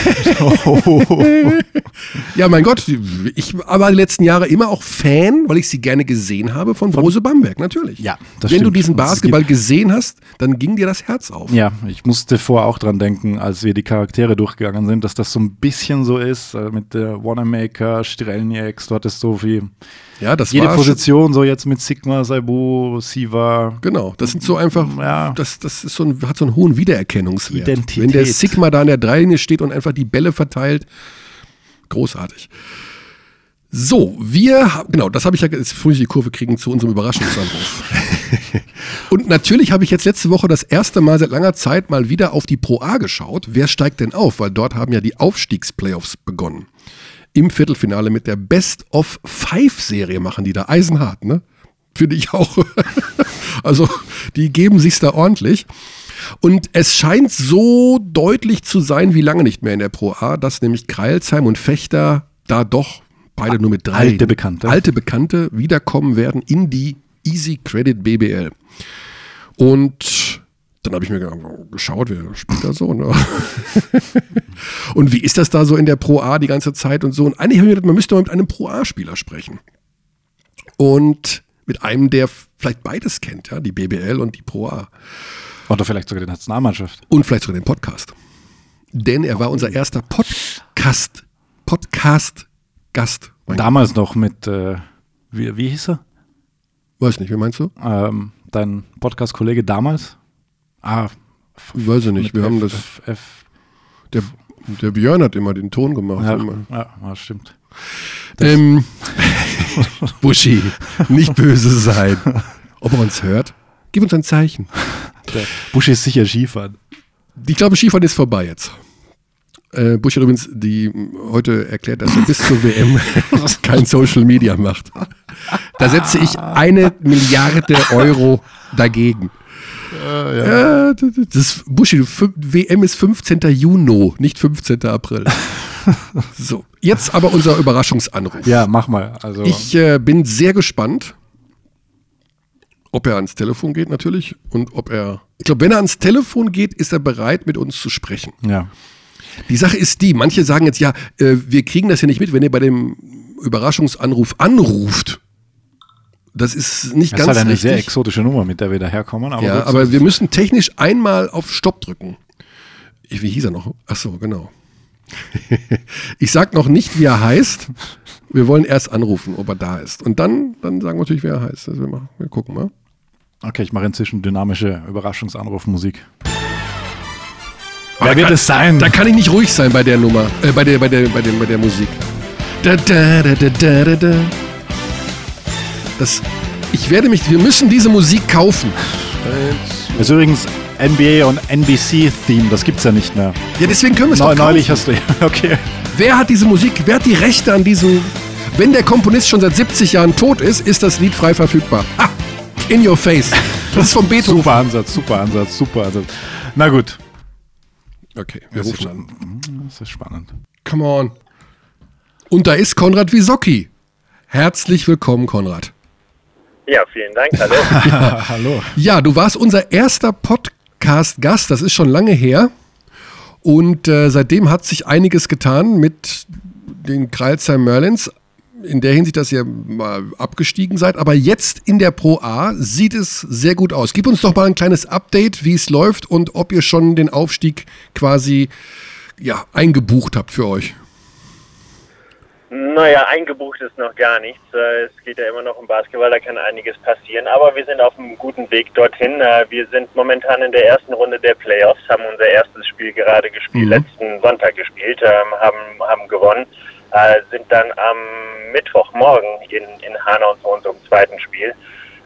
Ja, mein Gott, ich war die letzten Jahre immer auch Fan, weil ich sie gerne gesehen habe von Brose Bamberg, natürlich. Ja, das Wenn du stimmt. diesen Und es Basketball gibt- gesehen hast, dann ging dir das Herz auf. Ja, ich musste vorher auch dran denken, als wir die Charaktere durchgegangen sind, dass das so ein bisschen so ist, äh, mit der Wanamaker, Strelnieks, du hattest so viel, Ja, das jede war Position, so jetzt mit Sigma, Saibu, Siva. Genau, das sind so einfach, Ja. das, das ist so ein, hat so einen hohen Wiedererkennungswert. Identität. Wenn der Sigma da in der Dreilinie steht und einfach die Bälle verteilt, großartig. So, wir haben, genau, das habe ich ja, jetzt muss ich die Kurve kriegen zu unserem Überraschungsanruf. Und natürlich habe ich jetzt letzte Woche das erste Mal seit langer Zeit mal wieder auf die Pro A geschaut. Wer steigt denn auf? Weil dort haben ja die Aufstiegsplayoffs begonnen. Im Viertelfinale mit der Best-of-Five-Serie machen die da eisenhart, ne? Finde ich auch. Also, die geben sich's da ordentlich. Und es scheint so deutlich zu sein, wie lange nicht mehr in der Pro A, dass nämlich Kreilsheim und Fechter da doch beide nur mit drei Alte Bekannte. alte Bekannte wiederkommen werden in die Easy Credit B B L. Und dann habe ich mir ge- geschaut, wer spielt da so. Ne? Und wie ist das da so in der Pro A die ganze Zeit und so. Und eigentlich habe ich gedacht, man müsste mal mit einem Pro A-Spieler sprechen. Und mit einem, der vielleicht beides kennt, ja, die B B L und die Pro A. Oder vielleicht sogar die Nationalmannschaft. Und vielleicht sogar den Podcast. Denn er war unser erster Podcast, Podcast-Gast. Mein Damals noch mit, äh, wie, wie hieß er? Weiß nicht, wie meinst du? Ähm, dein Podcast-Kollege damals? Ah, Weiß ich nicht. mit Wir haben F, das. F, F, Der, der Björn hat immer den Ton gemacht. ja, Immer. ja, ja, stimmt. Ähm, Buschi, nicht böse sein. Ob er uns hört? Gib uns ein Zeichen. Der Buschi ist sicher Skifahren. Ich glaube, Skifahren ist vorbei jetzt. Äh, Busch hat übrigens die heute erklärt, dass er bis zur W M kein Social Media macht. Da setze ich eine Milliarde Euro dagegen. Äh, ja. Ja, das Buschi, W M ist fünfzehnten Juni, nicht fünfzehnten April. So, jetzt aber unser Überraschungsanruf. Ja, mach mal. Also ich äh, bin sehr gespannt, ob er ans Telefon geht natürlich und ob er, ich glaube, wenn er ans Telefon geht, ist er bereit, mit uns zu sprechen. Ja. Die Sache ist die, manche sagen jetzt, ja, äh, wir kriegen das ja nicht mit, wenn ihr bei dem Überraschungsanruf anruft. Das ist nicht das ganz ist halt eine richtig. sehr exotische Nummer, mit der wir daherkommen. Aber ja, aber wir müssen technisch einmal auf Stopp drücken. Ich, wie hieß er noch? Ach so, genau. Ich sag noch nicht, wie er heißt. Wir wollen erst anrufen, ob er da ist. Und dann, dann sagen wir natürlich, wer er heißt. Also wir, machen, wir gucken mal. Okay, ich mache inzwischen dynamische Überraschungsanrufmusik. Aber wer wird kann, es sein? Da kann ich nicht ruhig sein bei der Nummer, äh, bei der, bei der, bei der, bei der Musik. Da, da, da, da, da, da, da. Das, ich werde mich, wir müssen diese Musik kaufen. Das ist übrigens N B A und N B C-Theme, das gibt's ja nicht mehr. Ja, deswegen können wir es Neu, doch kaufen. Neulich hast du, okay. Wer hat diese Musik, wer hat die Rechte an diesem, wenn der Komponist schon seit siebzig Jahren tot ist, ist das Lied frei verfügbar. Ah, in your face. Das ist vom Beethoven. Super Ansatz, super Ansatz, super Ansatz. Na gut. Okay, wir das rufen ist, an. Das ist spannend. Come on. Und da ist Konrad Wisocki. Herzlich willkommen, Konrad. Ja, vielen Dank, hallo. ja, hallo. Ja, du warst unser erster Podcast-Gast, das ist schon lange her. Und äh, seitdem hat sich einiges getan mit den Crailsheim Merlins. In der Hinsicht, dass ihr mal abgestiegen seid. Aber jetzt in der Pro A sieht es sehr gut aus. Gib uns doch mal ein kleines Update, wie es läuft und ob ihr schon den Aufstieg quasi ja, eingebucht habt für euch. Naja, eingebucht ist noch gar nichts. Es geht ja immer noch um Basketball, da kann einiges passieren. Aber wir sind auf einem guten Weg dorthin. Wir sind momentan in der ersten Runde der Playoffs, haben unser erstes Spiel gerade gespielt, mhm. letzten Sonntag gespielt, haben, haben gewonnen, sind dann am Mittwochmorgen in, in Hanau zu unserem zweiten Spiel.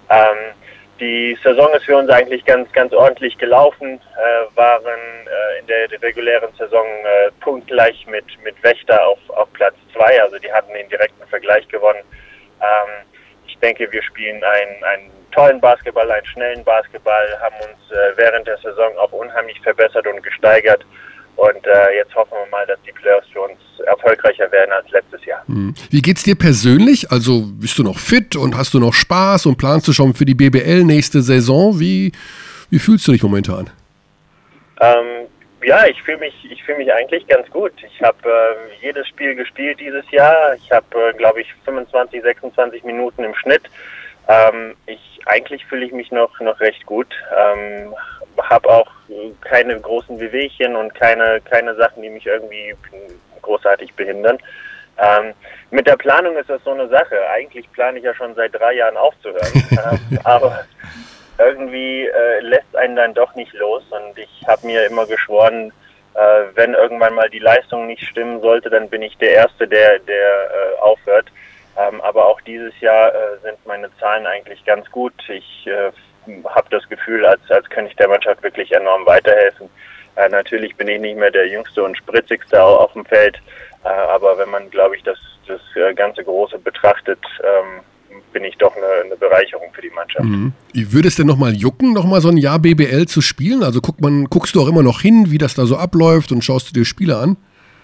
Die Saison ist für uns eigentlich ganz, ganz ordentlich gelaufen, äh, waren äh, in der regulären Saison äh, punktgleich mit, mit Wächter auf, auf Platz zwei, also die hatten den direkten Vergleich gewonnen. Ähm, ich denke, wir spielen einen, einen tollen Basketball, einen schnellen Basketball, haben uns äh, während der Saison auch unheimlich verbessert und gesteigert. Und äh, jetzt hoffen wir mal, dass die Playoffs für uns erfolgreicher werden als letztes Jahr. Wie geht's dir persönlich? Also bist du noch fit und hast du noch Spaß und planst du schon für die B B L nächste Saison? Wie, wie fühlst du dich momentan? Ähm, ja, ich fühle mich, ich fühle mich eigentlich ganz gut. Ich habe äh, jedes Spiel gespielt dieses Jahr. Ich habe, äh, glaube ich, fünfundzwanzig, sechsundzwanzig Minuten im Schnitt. Ähm, ich eigentlich fühle ich mich noch noch recht gut. Ähm, habe auch keine großen Wehwehchen und keine keine Sachen, die mich irgendwie großartig behindern. Ähm, mit der Planung ist das so eine Sache. Eigentlich plane ich ja schon seit drei Jahren aufzuhören, ähm, aber irgendwie äh, lässt einen dann doch nicht los. Und ich habe mir immer geschworen, äh, wenn irgendwann mal die Leistung nicht stimmen sollte, dann bin ich der Erste, der der äh, aufhört. Ähm, aber auch dieses Jahr äh, sind meine Zahlen eigentlich ganz gut. Ich äh, habe das Gefühl, als, als könnte ich der Mannschaft wirklich enorm weiterhelfen. Äh, natürlich bin ich nicht mehr der Jüngste und Spritzigste auf dem Feld, äh, aber wenn man, glaube ich, das, das äh, ganze Große betrachtet, ähm, bin ich doch eine, eine Bereicherung für die Mannschaft. Mhm. Würde es denn nochmal jucken, nochmal so ein Jahr B B L zu spielen? Also guckt man, guckst du auch immer noch hin, wie das da so abläuft und schaust du dir Spiele an?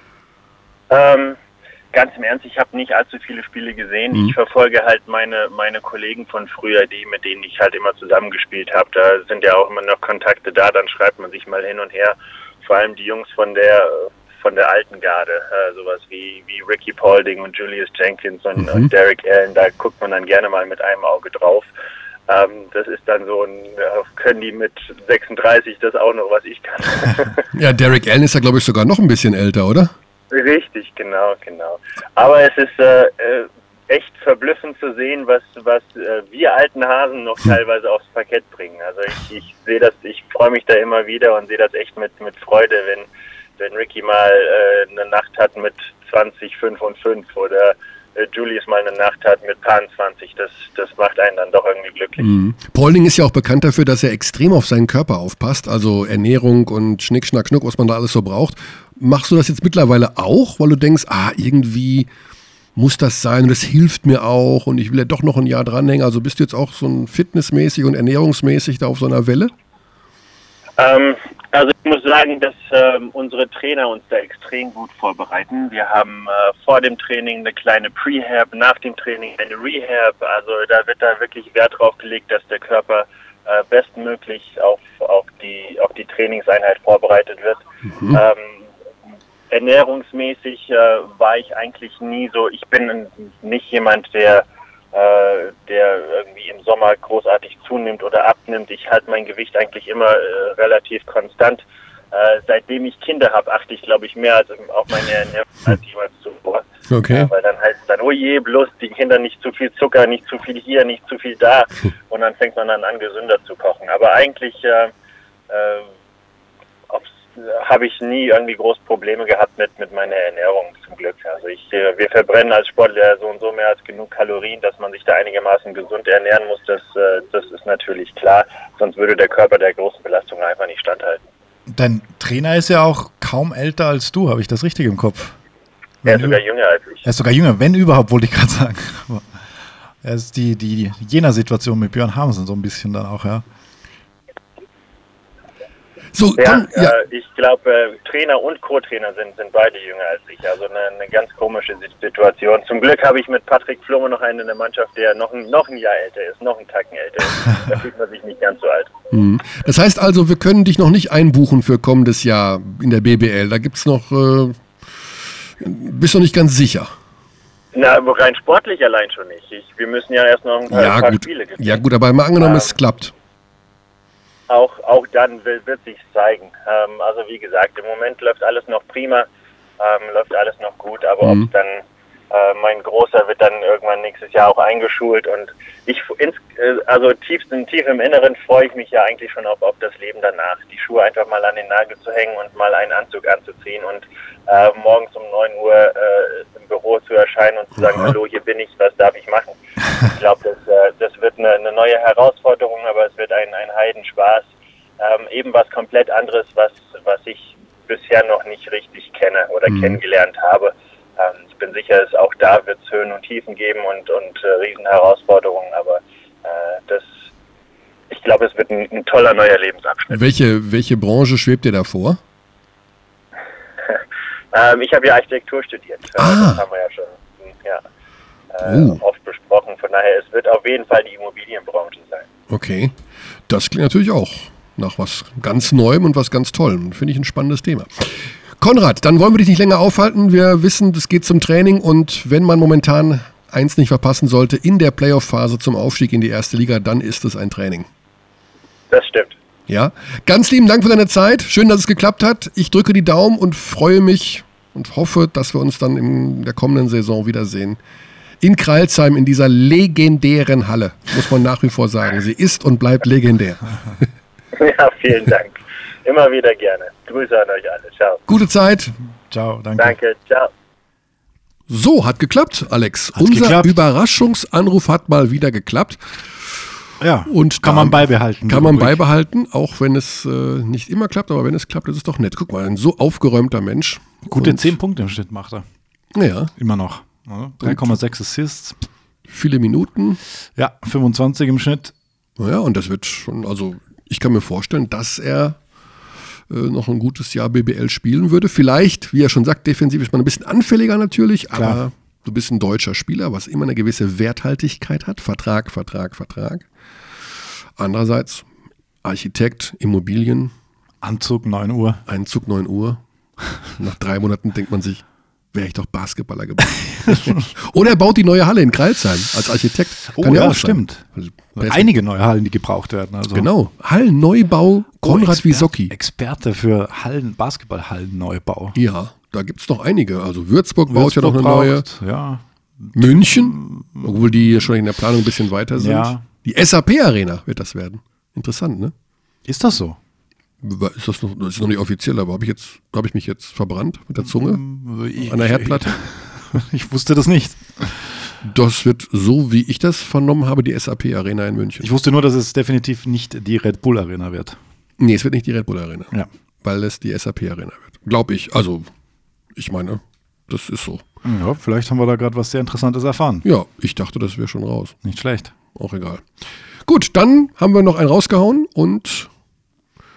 Ähm, Ganz im Ernst, ich habe nicht allzu viele Spiele gesehen. Mhm. Ich verfolge halt meine meine Kollegen von früher, die mit denen ich halt immer zusammengespielt habe. Da sind ja auch immer noch Kontakte da, dann schreibt man sich mal hin und her. Vor allem die Jungs von der von der alten Garde, äh, sowas wie wie Ricky Paulding und Julius Jenkins und, mhm. und Derek Allen, da guckt man dann gerne mal mit einem Auge drauf. Ähm, das ist dann so ein, können die mit sechsunddreißig das auch noch, was ich kann. Ja, Derek Allen ist ja, glaube ich, sogar noch ein bisschen älter, oder? Richtig, genau, genau. Aber es ist äh, echt verblüffend zu sehen, was was äh, wir alten Hasen noch teilweise aufs Parkett bringen. Also ich, ich sehe das, ich freue mich da immer wieder und sehe das echt mit mit Freude, wenn wenn Ricky mal äh, eine Nacht hat mit zwanzig, fünf und fünf oder äh, Julius mal eine Nacht hat mit paar zwanzig. Das das macht einen dann doch irgendwie glücklich. Mhm. Paulding ist ja auch bekannt dafür, dass er extrem auf seinen Körper aufpasst, also Ernährung und Schnick, Schnack, Schnuck, was man da alles so braucht. Machst du das jetzt mittlerweile auch, weil du denkst, ah, irgendwie muss das sein und das hilft mir auch und ich will ja doch noch ein Jahr dranhängen. Also bist du jetzt auch so ein fitnessmäßig und ernährungsmäßig da auf so einer Welle? Ähm, also ich muss sagen, dass ähm, unsere Trainer uns da extrem gut vorbereiten. Wir haben äh, vor dem Training eine kleine Prehab, nach dem Training eine Rehab. Also da wird da wirklich Wert drauf gelegt, dass der Körper äh, bestmöglich auf, auf, die, auf die Trainingseinheit vorbereitet wird. Mhm. Ähm, ernährungsmäßig äh, war ich eigentlich nie so, ich bin nicht jemand, der der irgendwie im Sommer großartig zunimmt oder abnimmt. Ich halte mein Gewicht eigentlich immer äh, relativ konstant. Äh, seitdem ich Kinder habe, achte ich, glaube ich, mehr als auf meine Ernährung als jemals zuvor. Okay. Äh, weil dann heißt es dann, oh je, bloß die Kinder nicht zu viel Zucker, nicht zu viel hier, nicht zu viel da. Und dann fängt man dann an, gesünder zu kochen. Aber eigentlich äh, äh, habe ich nie irgendwie groß Probleme gehabt mit, mit meiner Ernährung, zum Glück. Also ich, wir verbrennen als Sportler so und so mehr als genug Kalorien, dass man sich da einigermaßen gesund ernähren muss. Das, das ist natürlich klar, sonst würde der Körper der großen Belastung einfach nicht standhalten. Dein Trainer ist ja auch kaum älter als du, habe ich das richtig im Kopf? Er ist sogar jünger als ich. Er ist sogar jünger, wenn überhaupt, wollte ich gerade sagen. Er ist die, die Jena-Situation mit Björn Hamsen so ein bisschen dann auch, ja. So, ja, komm, ja. Äh, ich glaube, äh, Trainer und Co-Trainer sind, sind beide jünger als ich. Also eine, eine ganz komische Situation. Zum Glück habe ich mit Patrick Flumme noch einen in der Mannschaft, der noch ein, noch ein Jahr älter ist, noch einen Tacken älter ist. Da fühlt man sich nicht ganz so alt. Mhm. Das heißt also, wir können dich noch nicht einbuchen für kommendes Jahr in der B B L. Da gibt es noch, äh, bist du nicht ganz sicher. Na, aber rein sportlich allein schon nicht. Ich, wir müssen ja erst noch ein paar, ja, paar gut. Spiele gewinnen. Ja gut, aber mal angenommen, ähm, es klappt. Auch, auch dann wird, wird sich zeigen. Ähm, also wie gesagt, im Moment läuft alles noch prima, ähm, läuft alles noch gut, aber Mhm. ob dann äh, mein Großer wird dann irgendwann nächstes Jahr auch eingeschult und ich, ins, äh, also tief, tief im Inneren freue ich mich ja eigentlich schon auf, auf das Leben danach. Die Schuhe einfach mal an den Nagel zu hängen und mal einen Anzug anzuziehen und äh, morgens um neun Uhr äh, im Büro zu erscheinen und zu sagen, Aha. hallo, hier bin ich, was darf ich machen? Ich glaube, das, äh, das wird eine, eine neue Herausforderung, aber es wird ein, ein Heidenspaß. Ähm, eben was komplett anderes, was, was ich bisher noch nicht richtig kenne oder Mhm. kennengelernt habe. Ähm, ich bin sicher, dass auch da wird es Höhen und Tiefen geben und, und äh, Riesenherausforderungen, aber äh, das, ich glaube, es wird ein, ein toller neuer Lebensabschnitt. Welche, welche Branche schwebt dir da vor? ähm, ich habe ja Architektur studiert. Ah. Das haben wir ja schon ja, äh, Oh. oft besprochen. Von daher, es wird auf jeden Fall die Immobilienbranche sein. Okay, das klingt natürlich auch nach was ganz Neuem und was ganz Tollem. Finde ich ein spannendes Thema. Konrad, dann wollen wir dich nicht länger aufhalten. Wir wissen, es geht zum Training und wenn man momentan eins nicht verpassen sollte, in der Playoff-Phase zum Aufstieg in die erste Liga, dann ist es ein Training. Das stimmt. Ja, ganz lieben Dank für deine Zeit. Schön, dass es geklappt hat. Ich drücke die Daumen und freue mich und hoffe, dass wir uns dann in der kommenden Saison wiedersehen. In Crailsheim, in dieser legendären Halle, muss man nach wie vor sagen. Sie ist und bleibt legendär. Ja, vielen Dank. Immer wieder gerne. Grüße an euch alle. Ciao. Gute Zeit. Ciao, danke. Danke, ciao. So, hat geklappt, Alex. Hat's Unser geklappt? Überraschungsanruf hat mal wieder geklappt. Ja, Und kann da man beibehalten. Kann die man Rubrik. beibehalten, auch wenn es äh, nicht immer klappt, aber wenn es klappt, ist es doch nett. Guck mal, ein so aufgeräumter Mensch. Gute Und- zehn Punkte im Schnitt macht er. Ja, Immer noch. Ja, drei Komma sechs Assists. viele Minuten. Ja, fünfundzwanzig im Schnitt. Naja, und das wird schon, also ich kann mir vorstellen, dass er äh, noch ein gutes Jahr B B L spielen würde. Vielleicht, wie er schon sagt, defensiv ist man ein bisschen anfälliger natürlich, Klar. aber du bist ein deutscher Spieler, was immer eine gewisse Werthaltigkeit hat. Vertrag, Vertrag, Vertrag. Andererseits Architekt, Immobilien, Anzug neun Uhr. Einzug neun Uhr. Nach drei Monaten denkt man sich, wäre ich doch Basketballer geworden. Oder er baut die neue Halle in Crailsheim als Architekt. Oh Kann ja, auch sein. stimmt. Besser. Einige neue Hallen, die gebraucht werden. Also. Genau. Hallenneubau, Konrad Oh, Wisocki. Experte für Hallen, Basketballhallenneubau. Ja, da gibt es noch einige. Also Würzburg baut ja noch eine neue. braucht, Ja, München, obwohl die schon in der Planung ein bisschen weiter sind. Ja. Die S A P-Arena wird das werden. Interessant, ne? ist das so? Ist das, noch, das ist noch nicht offiziell, aber habe ich, jetzt- hab ich mich jetzt verbrannt mit der Zunge Ich, an der Herdplatte? Ich wusste das nicht. Das wird, so wie ich das vernommen habe, die S A P-Arena in München. Ich wusste nur, dass es definitiv nicht die Red Bull Arena wird. Nee, es wird nicht die Red Bull Arena, Ja. weil es die S A P-Arena wird. Glaube ich. Also, ich meine, das ist so. Ja, vielleicht haben wir da gerade was sehr Interessantes erfahren. Ja, ich dachte, das wäre schon raus. Nicht schlecht. Auch egal. Gut, dann haben wir noch einen rausgehauen und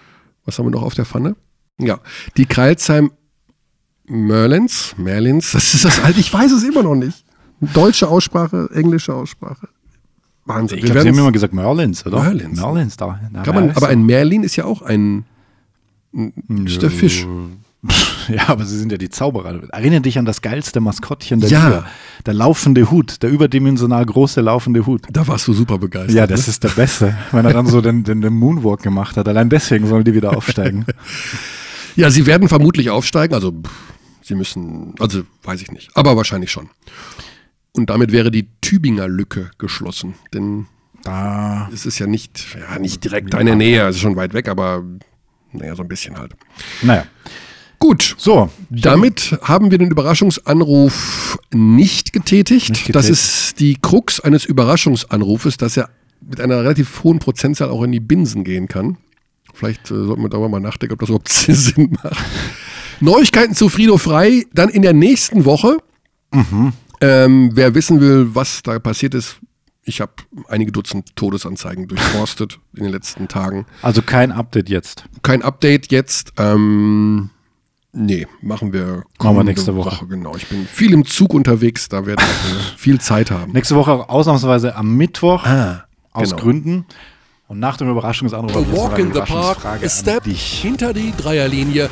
Was haben wir noch auf der Pfanne? Ja, die Crailsheim Merlins, Merlins, das ist das alte, ich weiß es immer noch nicht. Deutsche Aussprache, englische Aussprache. Wahnsinn. Ich glaube, sie haben immer gesagt Merlins, oder? Merlins. Merlins, da. da Kann man, aber ein Merlin ist ja auch ein, ist der Fisch. Ja, aber sie sind ja die Zauberer. Erinnere dich an das geilste Maskottchen der Ja. Liga. Der laufende Hut, der überdimensional große laufende Hut. Da warst du super begeistert. Ja, das ne? ist der Beste, wenn er dann so den, den, den Moonwalk gemacht hat. Allein deswegen sollen die wieder aufsteigen. Ja, sie werden vermutlich aufsteigen, also pff, sie müssen, also weiß ich nicht, aber wahrscheinlich schon. Und damit wäre die Tübinger Lücke geschlossen, denn Da. es ist ja nicht, ja, nicht direkt deine Nähe, also schon weit weg, aber naja, so ein bisschen halt. Naja. Gut, So, damit haben wir den Überraschungsanruf nicht getätigt. Nicht getätigt. Das ist die Krux eines Überraschungsanrufes, dass er mit einer relativ hohen Prozentzahl auch in die Binsen gehen kann. Vielleicht äh, sollten wir darüber mal nachdenken, ob das überhaupt Sinn macht. Neuigkeiten zu Frido Frei dann in der nächsten Woche. Mhm. Ähm, wer wissen will, was da passiert ist, ich habe einige Dutzend Todesanzeigen durchforstet in den letzten Tagen. Also kein Update jetzt. Kein Update jetzt. Ähm, nee, machen wir Machen wir kommende nächste Woche. Genau, ich bin viel im Zug unterwegs, da werde ich äh, viel Zeit haben. Nächste Woche ausnahmsweise am Mittwoch. Ah, aus genau. Gründen. Und nach dem Überraschungsanruf habe A ich jetzt noch walk eine in the park, Überraschungsfrage a an step dich. hinter die Dreierlinie.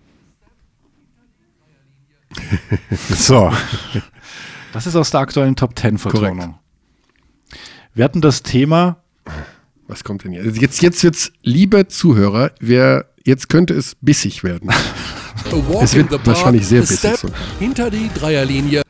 So. Das ist aus der aktuellen Top zehn Vertonung. Wir hatten das Thema. Was kommt denn jetzt? Jetzt, jetzt wird's, liebe Zuhörer, wer, jetzt könnte es bissig werden. A walk Es wird in the park, wahrscheinlich sehr a bissig step sogar. hinter die Dreierlinie.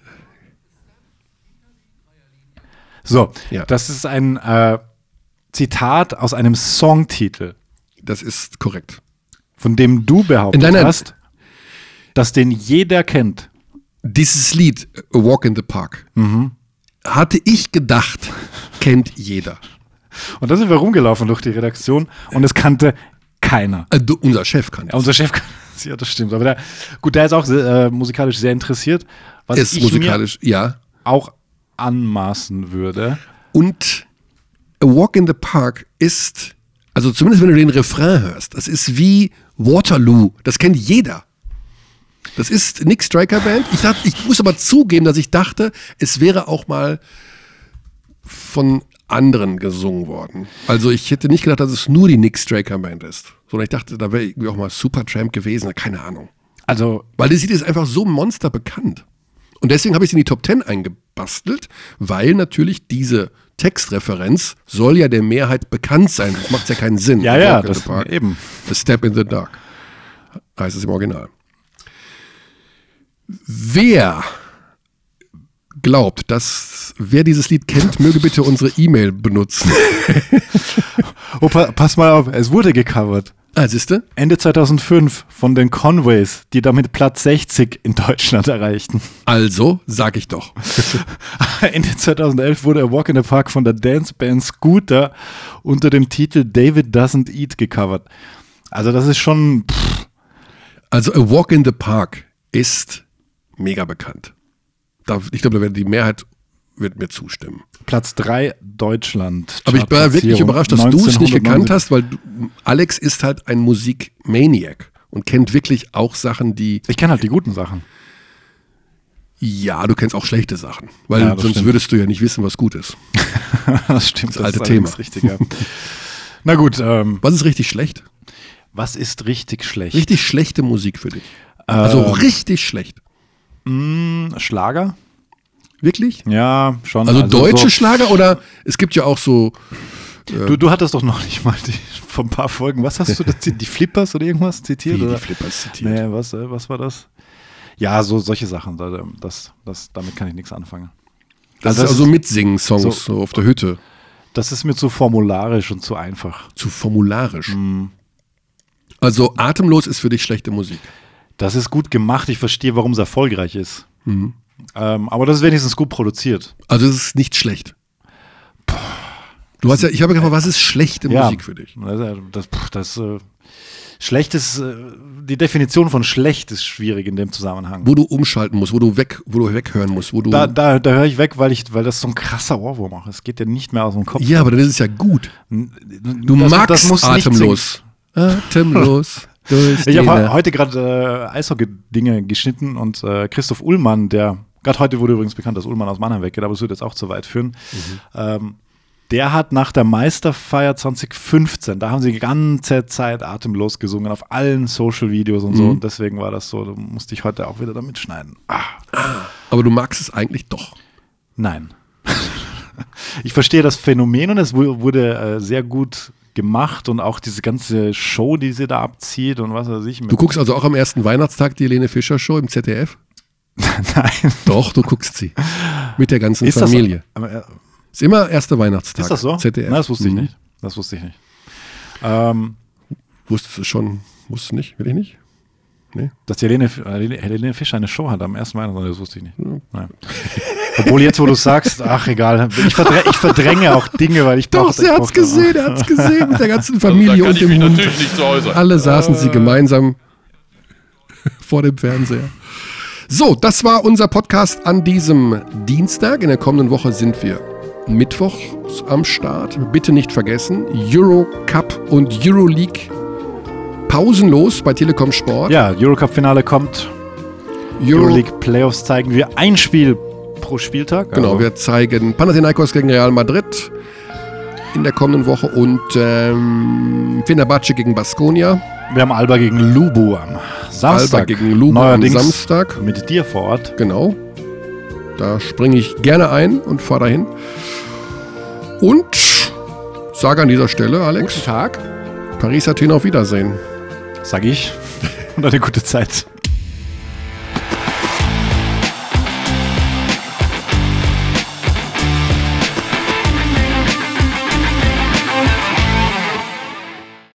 So, Ja. das ist ein äh, Zitat aus einem Songtitel, Das ist korrekt. von dem du behauptet Nein, nein. hast, dass den jeder kennt. Dieses Lied, A Walk in the Park, hatte ich gedacht, kennt jeder. Und da sind wir rumgelaufen durch die Redaktion und es kannte keiner. Also unser Chef kannte Ja, unser Chef kann es, ja, das stimmt. Aber der, gut, der ist auch sehr, äh, musikalisch sehr interessiert, was es. Ist ich musikalisch, ja. mir auch anmaßen würde. Und A Walk in the Park ist, also zumindest wenn du den Refrain hörst, das ist wie Waterloo. Das kennt jeder. Das ist Nick Striker Band. Ich, dachte, ich muss aber zugeben, dass ich dachte, es wäre auch mal von anderen gesungen worden. Also ich hätte nicht gedacht, dass es nur die Nick Striker Band ist. Sondern ich dachte, da wäre irgendwie auch mal Supertramp gewesen. Keine Ahnung. Also, Weil das Lied ist einfach so monsterbekannt. Und deswegen habe ich es in die Top Ten eingebastelt, weil natürlich diese Textreferenz soll ja der Mehrheit bekannt sein. Das macht ja keinen Sinn. ja, A ja, Walk in das the Park. eben. A Step in the Dark heißt es im Original. Wer glaubt, dass wer dieses Lied kennt, möge bitte unsere E-Mail benutzen. Oh, pa pass mal auf, es wurde gecovert. Ah, siehste? Ende zweitausendfünf von den Conways, die damit Platz sechzig in Deutschland erreichten. Also, sag ich doch. Ende zweitausendelf wurde A Walk in the Park von der Danceband Scooter unter dem Titel David Doesn't Eat gecovert. Also das ist schon... Pff, Also, A Walk in the Park ist mega bekannt. Da, ich glaube, da wird die Mehrheit wird mir zustimmen. Platz drei Deutschland. Aber ich war wirklich überrascht, dass du es nicht gekannt hast, weil du, Alex ist halt ein Musikmaniac und kennt wirklich auch Sachen, die... Ich kenne halt die guten Sachen. Ja, du kennst auch schlechte Sachen, weil Ja, das sonst stimmt. würdest du ja nicht wissen, was gut ist. Das stimmt. Das alte ist Thema. allerdings Richtig, ja. Na gut, ähm, Was ist richtig schlecht? was ist richtig schlecht? Richtig schlechte Musik für dich. Also Ähm, richtig schlecht. mh, Schlager? Wirklich? Ja, schon. Also, deutsche so, Schlager oder es gibt ja auch so... Äh, Du, du hattest doch noch nicht mal die, vor ein paar Folgen, was hast du da zitiert? Die Flippers oder irgendwas zitiert? wie oder? die Flippers zitiert. Nee, was, äh, was war das? Ja, so solche Sachen. Da- Das, das, damit kann ich nichts anfangen. Das Also ist das also Mitsingen-Songs so- so auf der Hütte. Das ist mir zu formularisch und zu einfach. Zu formularisch. Mhm. Also atemlos ist für dich schlechte Musik. Das ist gut gemacht. Ich verstehe, warum es erfolgreich ist. Mhm. Ähm, aber das ist wenigstens gut produziert. Also es ist nicht schlecht. Du hast ja, ich habe gefragt, was ist schlechte Ja. Musik für dich? Das, das, pff, das äh, schlecht ist, äh, die Definition von schlecht ist schwierig in dem Zusammenhang. Wo du umschalten musst, wo du weg, wo du weghören musst, wo du. Da, da, da höre ich weg, weil, ich, weil das so ein krasser Ohrwurm macht. Es geht ja nicht mehr aus dem Kopf. ja, aber dann ist es ja gut. Du Du magst atemlos. atemlos durch Ich habe die heute gerade äh, Eishockey-Dinge geschnitten und äh, Christoph Ullmann, der, gerade heute wurde übrigens bekannt, dass Ullmann aus Mannheim weggeht, aber es wird jetzt auch zu weit führen. Mhm. Ähm, der hat nach der Meisterfeier zwanzig fünfzehn, da haben sie die ganze Zeit atemlos gesungen, auf allen Social-Videos und so. Mhm. Und deswegen war das so, da musste ich heute auch wieder damit schneiden. Ah. Aber du magst es eigentlich doch. Nein. Ich verstehe das Phänomen und es wu- wurde äh, sehr gut gemacht und auch diese ganze Show, die sie da abzieht und was weiß ich. Du guckst also auch am ersten Weihnachtstag die Helene Fischer Show im Z D F? Nein. Doch, du guckst sie. Mit der ganzen Ist das so? Familie. Aber, äh, Ist immer erster Weihnachtstag. Ist das so? Z D F. Na, das wusste ich Mhm. nicht. Das wusste ich nicht. Ähm, Wusstest du schon? Wusstest du nicht? Will ich nicht? Nee. dass die Helene, Helene, Helene Fischer eine Show hat am ersten Weihnachten, das wusste ich nicht. Nein. Obwohl jetzt, wo du sagst, ach egal, ich, verdrä ich verdränge auch Dinge, weil ich Doch, brauch- sie ich hat's brauch- gesehen, er hat's gesehen mit der ganzen Also, Familie da kann und ich dem mich Hund. natürlich nicht zu äußern. Alle saßen sie gemeinsam vor dem Fernseher. So, das war unser Podcast an diesem Dienstag. In der kommenden Woche sind wir Mittwochs am Start. Bitte nicht vergessen, Eurocup und Euroleague pausenlos bei Telekom Sport. Ja, Eurocup-Finale kommt. Euro Euroleague-Playoffs zeigen wir ein Spiel pro Spieltag. Genau, Also, wir zeigen Panathinaikos gegen Real Madrid in der kommenden Woche und ähm, Fenerbahce gegen Baskonia. wir haben Alba gegen Lubu am Samstag. Alba gegen Lubu am Neuerdings Samstag. mit dir vor Ort. Genau. Da springe ich gerne ein und fahre dahin. Und sage an dieser Stelle, Alex, Guten Tag, Paris, Athen, auf Wiedersehen. sag ich. Und eine gute Zeit.